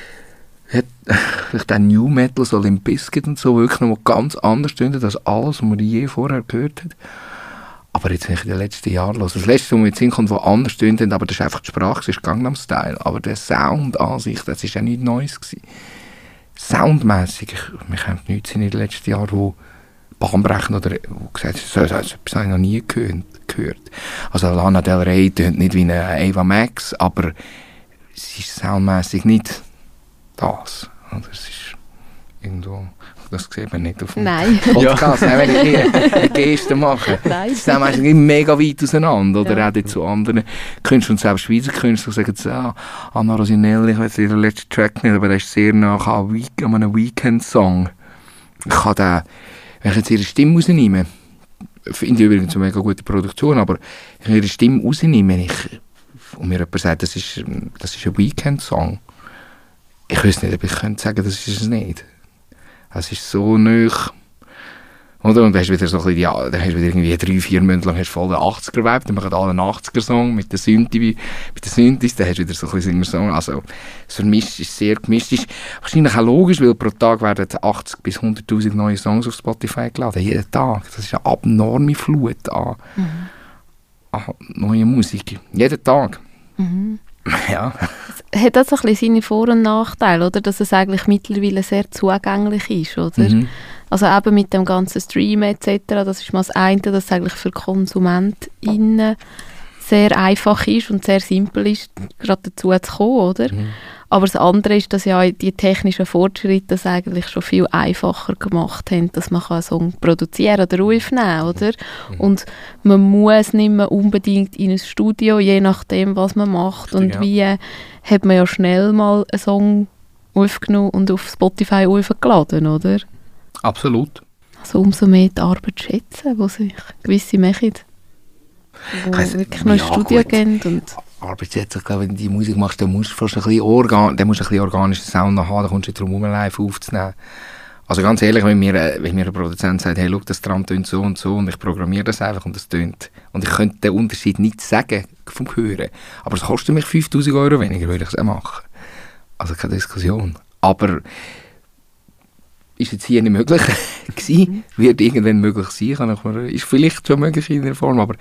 [SPEAKER 3] New Metal, so Limp Bizkit und so, wirklich noch ganz anders tönt als alles, was man je vorher gehört hat. Aber jetzt, wenn ich in den letzten Jahren höre, das letzte, was mir in den Sinn kommt, was anders tönt, aber das ist einfach die Sprache, das ist Gangnam Style. Aber der Sound an sich, das war ja nichts Neues gewesen. Soundmässig, wir haben nichts in den letzten Jahren, wo bahnbrechend oder wo gesagt so etwas habe ich noch nie gehört. Also Lana Del Rey tönt nicht wie eine Ava Max, aber es ist soundmässig nicht das. Also es ist irgendwo, das sieht man nicht auf dem Podcast, wenn ich eine Geste mache.
[SPEAKER 2] Nein.
[SPEAKER 3] Es ist soundmässig mega weit auseinander. Oder
[SPEAKER 2] Ja.
[SPEAKER 3] auch zu anderen Künstlern und selbst Schweizer Künstler sagen, Anna Rosinelli, ich weiß ihren letzten Track nicht, aber der ist sehr nach einem Weekend-Song. Ich kann den, wenn ich jetzt ihre Stimme rausnehme, finde ich übrigens eine mega gute Produktion, aber wenn ich ihre Stimme rausnehme und mir jemand sagt, das ist ein Weekend-Song, ich weiß nicht, ob ich könnte sagen, das ist es nicht. Es ist so nöch. Oder? Und dann hast du wieder so ein bisschen, dann hast du wieder irgendwie 3-4 Monate lang hast du voll den 80er-Vibe, dann machen alle einen 80er-Song mit den Synthes, dann hast du wieder so ein bisschen Singer-Song. Also, es vermischt ist sehr gemischt. Ist wahrscheinlich auch logisch, weil pro Tag werden 80 bis 100'000 neue Songs auf Spotify geladen. Jeden Tag. Das ist eine abnorme Flut an neuer Musik. Jeden Tag.
[SPEAKER 2] Mhm.
[SPEAKER 3] Ja.
[SPEAKER 2] Hat das ein bisschen seine Vor- und Nachteile, oder? Dass es eigentlich mittlerweile sehr zugänglich ist, oder?
[SPEAKER 3] Mhm.
[SPEAKER 2] Also eben mit dem ganzen Streamen etc., das ist mal das eine, dass es eigentlich für KonsumentInnen sehr einfach ist und sehr simpel ist, gerade dazu zu kommen, oder?
[SPEAKER 3] Mhm.
[SPEAKER 2] Aber das andere ist, dass ja die technischen Fortschritte das eigentlich schon viel einfacher gemacht haben, dass man einen Song produzieren oder aufnehmen, oder? Und man muss nicht mehr unbedingt in ein Studio, je nachdem, was man macht.
[SPEAKER 3] Richtig,
[SPEAKER 2] Und
[SPEAKER 3] ja.
[SPEAKER 2] wie hat man ja schnell mal einen Song aufgenommen und auf Spotify aufgeladen, oder?
[SPEAKER 3] Absolut.
[SPEAKER 2] Also umso mehr die Arbeit schätzen, die sich gewisse machen, die
[SPEAKER 3] Also,
[SPEAKER 2] wirklich noch ins
[SPEAKER 3] ja,
[SPEAKER 2] Studio
[SPEAKER 3] gut.
[SPEAKER 2] gehen. Und
[SPEAKER 3] Arbeitssätze, ich glaube, wenn du die Musik machst, dann musst du fast ein bisschen organischen Sound noch haben, dann kommst du nicht drum herum, live aufzunehmen. Also ganz ehrlich, wenn mir ein Produzent sagt, hey, schau, das Tram tönt so und ich programmiere das einfach und das tönt. Und ich könnte den Unterschied nicht sagen vom Hören. Aber es kostet mich 5'000 Euro weniger, würde ich es auch machen. Also keine Diskussion. Aber ist jetzt hier nicht möglich gewesen, wird irgendwann möglich sein, ist vielleicht schon möglich in der Form, aber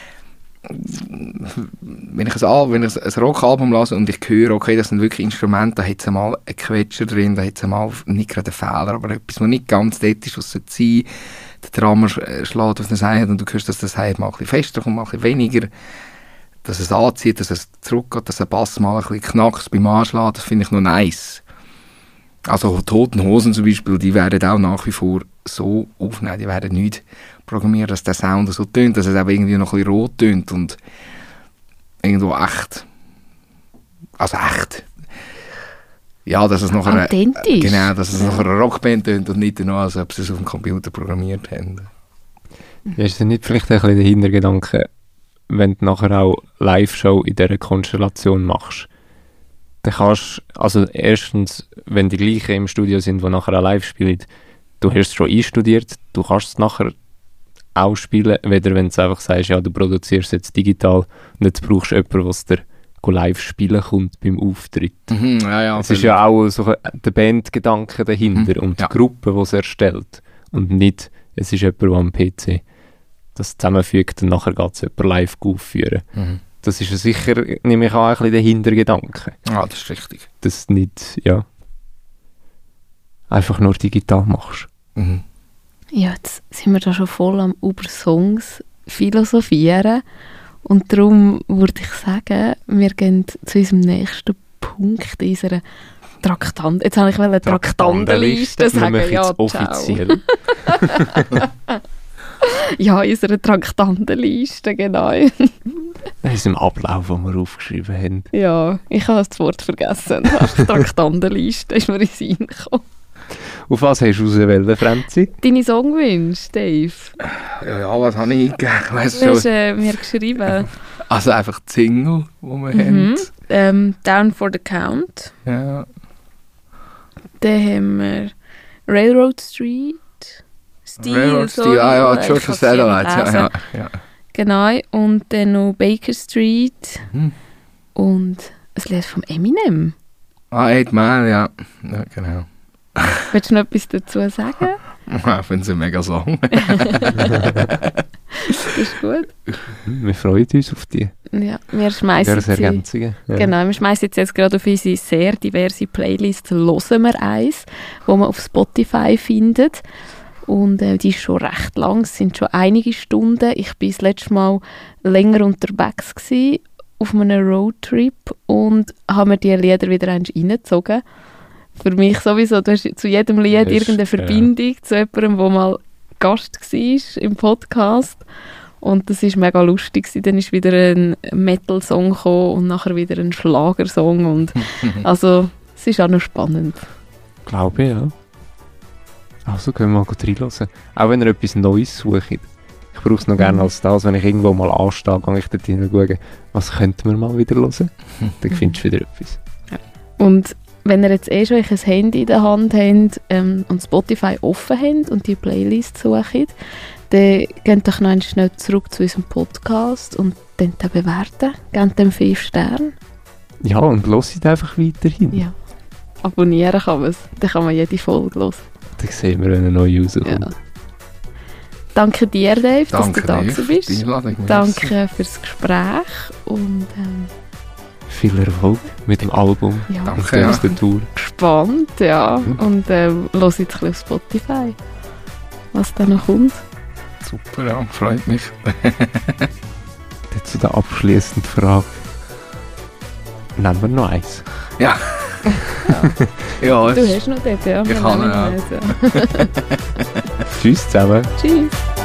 [SPEAKER 3] wenn ich ein Rockalbum lasse und ich höre, okay, das sind wirklich Instrumente, da hat es einmal einen Quetscher drin, da hat es einmal nicht gerade einen Fehler, aber etwas, was nicht ganz dort ist, was sollte sein. Der Drummer schlägt auf den Hi-Hat und du hörst, dass das Hi-Hat mal ein bisschen fester kommt, mal ein bisschen weniger, dass es anzieht, dass es zurückgeht, dass der Bass mal ein bisschen knackt beim Anschlagen, das finde ich noch nice. Also Toten Hosen zum Beispiel, die werden auch nach wie vor so aufnehmen, die werden nicht programmieren, dass der Sound so tönt, dass es auch irgendwie noch ein bisschen rot tönt und irgendwo echt. Also echt. Ja, dass es noch
[SPEAKER 2] authentisch.
[SPEAKER 3] Genau, dass es noch eine Rockband tönt und nicht nur, als ob sie es auf dem Computer programmiert haben.
[SPEAKER 1] Ja, ist das nicht vielleicht ein bisschen der Hintergedanke, wenn du nachher auch Live-Show in dieser Konstellation machst? Dann kannst also erstens, wenn die gleichen im Studio sind, die nachher auch live spielen, du hast es schon einstudiert, du kannst es nachher auch spielen, weder wenn du einfach sagst, ja, du produzierst jetzt digital und jetzt brauchst du jemanden, was dir live spielen kommt beim Auftritt.
[SPEAKER 3] Ja,
[SPEAKER 1] es ist ja auch so der Bandgedanke dahinter und die Gruppe, die es erstellt. Und nicht, es ist jemand, der am PC das zusammenfügt und nachher geht es jemand live aufführen. Das ist ja sicher, nehme ich an, ein bisschen der Hintergedanke.
[SPEAKER 3] Ja, das ist richtig.
[SPEAKER 1] Dass du nicht, einfach nur digital machst.
[SPEAKER 2] Ja, jetzt sind wir da schon voll am über Songs philosophieren. Und darum würde ich sagen, wir gehen zu unserem nächsten Punkt in unserer Jetzt habe ich eine Traktandenliste sagen.
[SPEAKER 1] Wir machen jetzt offiziell.
[SPEAKER 2] Ja, in unserer Traktandenliste, genau.
[SPEAKER 1] Das ist im Ablauf, den wir aufgeschrieben haben.
[SPEAKER 2] Ja, ich habe das Wort vergessen. Die Traktandenliste ist mir in den Sinn gekommen.
[SPEAKER 1] Auf was hast du ausgewählt, Franzi?
[SPEAKER 2] Deine Songwünsche, Dave?
[SPEAKER 3] Ja, was habe ich eingegeben?
[SPEAKER 2] Du hast mir geschrieben.
[SPEAKER 3] Also einfach die Single, die wir haben.
[SPEAKER 2] Down for the Count.
[SPEAKER 3] Ja.
[SPEAKER 2] Dann haben wir Railroad Street.
[SPEAKER 3] Railroad Street, ja, Georgia Satellite. Ja.
[SPEAKER 2] Genau, und dann noch Baker Street. Und ein Lied von Eminem.
[SPEAKER 3] 8 Mile, ja. Genau.
[SPEAKER 2] Willst du noch etwas dazu sagen?
[SPEAKER 3] Ich finde es ein mega Song.
[SPEAKER 2] Das ist gut.
[SPEAKER 1] Wir freuen uns auf die.
[SPEAKER 2] Ja, wir schmeißen
[SPEAKER 1] Ergänzungen. Ja.
[SPEAKER 2] Genau, wir schmeißen jetzt gerade auf unsere sehr diverse Playlist «Hören wir eins», die man auf Spotify findet. Und die ist schon recht lang, es sind schon einige Stunden. Ich war das letzte Mal länger unterwegs gewesen, auf einem Roadtrip und habe mir die Lieder wieder reingezogen. Für mich sowieso, du hast zu jedem Lied irgendeine Verbindung zu jemandem, der mal Gast war im Podcast. Und das war mega lustig. Dann ist wieder ein Metal-Song gekommen und nachher wieder ein Schlagersong. Und also, es ist auch noch spannend.
[SPEAKER 1] Glaube ich, ja. Also können wir mal reinhören. Auch wenn ihr etwas Neues sucht. Ich brauche es noch gerne als das, wenn ich irgendwo mal anstehe, gehe ich dort hinein, was könnten wir mal wieder hören? Dann findest du wieder etwas.
[SPEAKER 2] Ja. Und wenn ihr jetzt schon ein Handy in der Hand habt und Spotify offen habt und die Playlist sucht, dann geht doch noch schnell zurück zu unserem Podcast und dann bewerten. Gebt dem 5 Sterne.
[SPEAKER 1] Ja, und hört einfach weiterhin.
[SPEAKER 2] Ja. Abonnieren kann man es. Dann kann man jede Folge hören.
[SPEAKER 1] Dann sehen wir, wenn eine neue rauskommt. Ja.
[SPEAKER 2] Danke dir, Dave, dass du da bist.
[SPEAKER 3] Danke
[SPEAKER 2] fürs Gespräch und
[SPEAKER 1] viel Erfolg mit dem Album.
[SPEAKER 2] Ja.
[SPEAKER 3] Danke,
[SPEAKER 1] und der Tour.
[SPEAKER 2] Gespannt, ja. Und hör jetzt ein bisschen auf Spotify, was da noch kommt.
[SPEAKER 3] Super, ja, freut mich.
[SPEAKER 1] Zu der abschließenden Frage. Nehmen wir noch eins?
[SPEAKER 3] Ja. Ja,
[SPEAKER 2] du hast noch dort, ja.
[SPEAKER 3] Ich kann ja.
[SPEAKER 1] Tschüss zusammen.
[SPEAKER 2] Tschüss.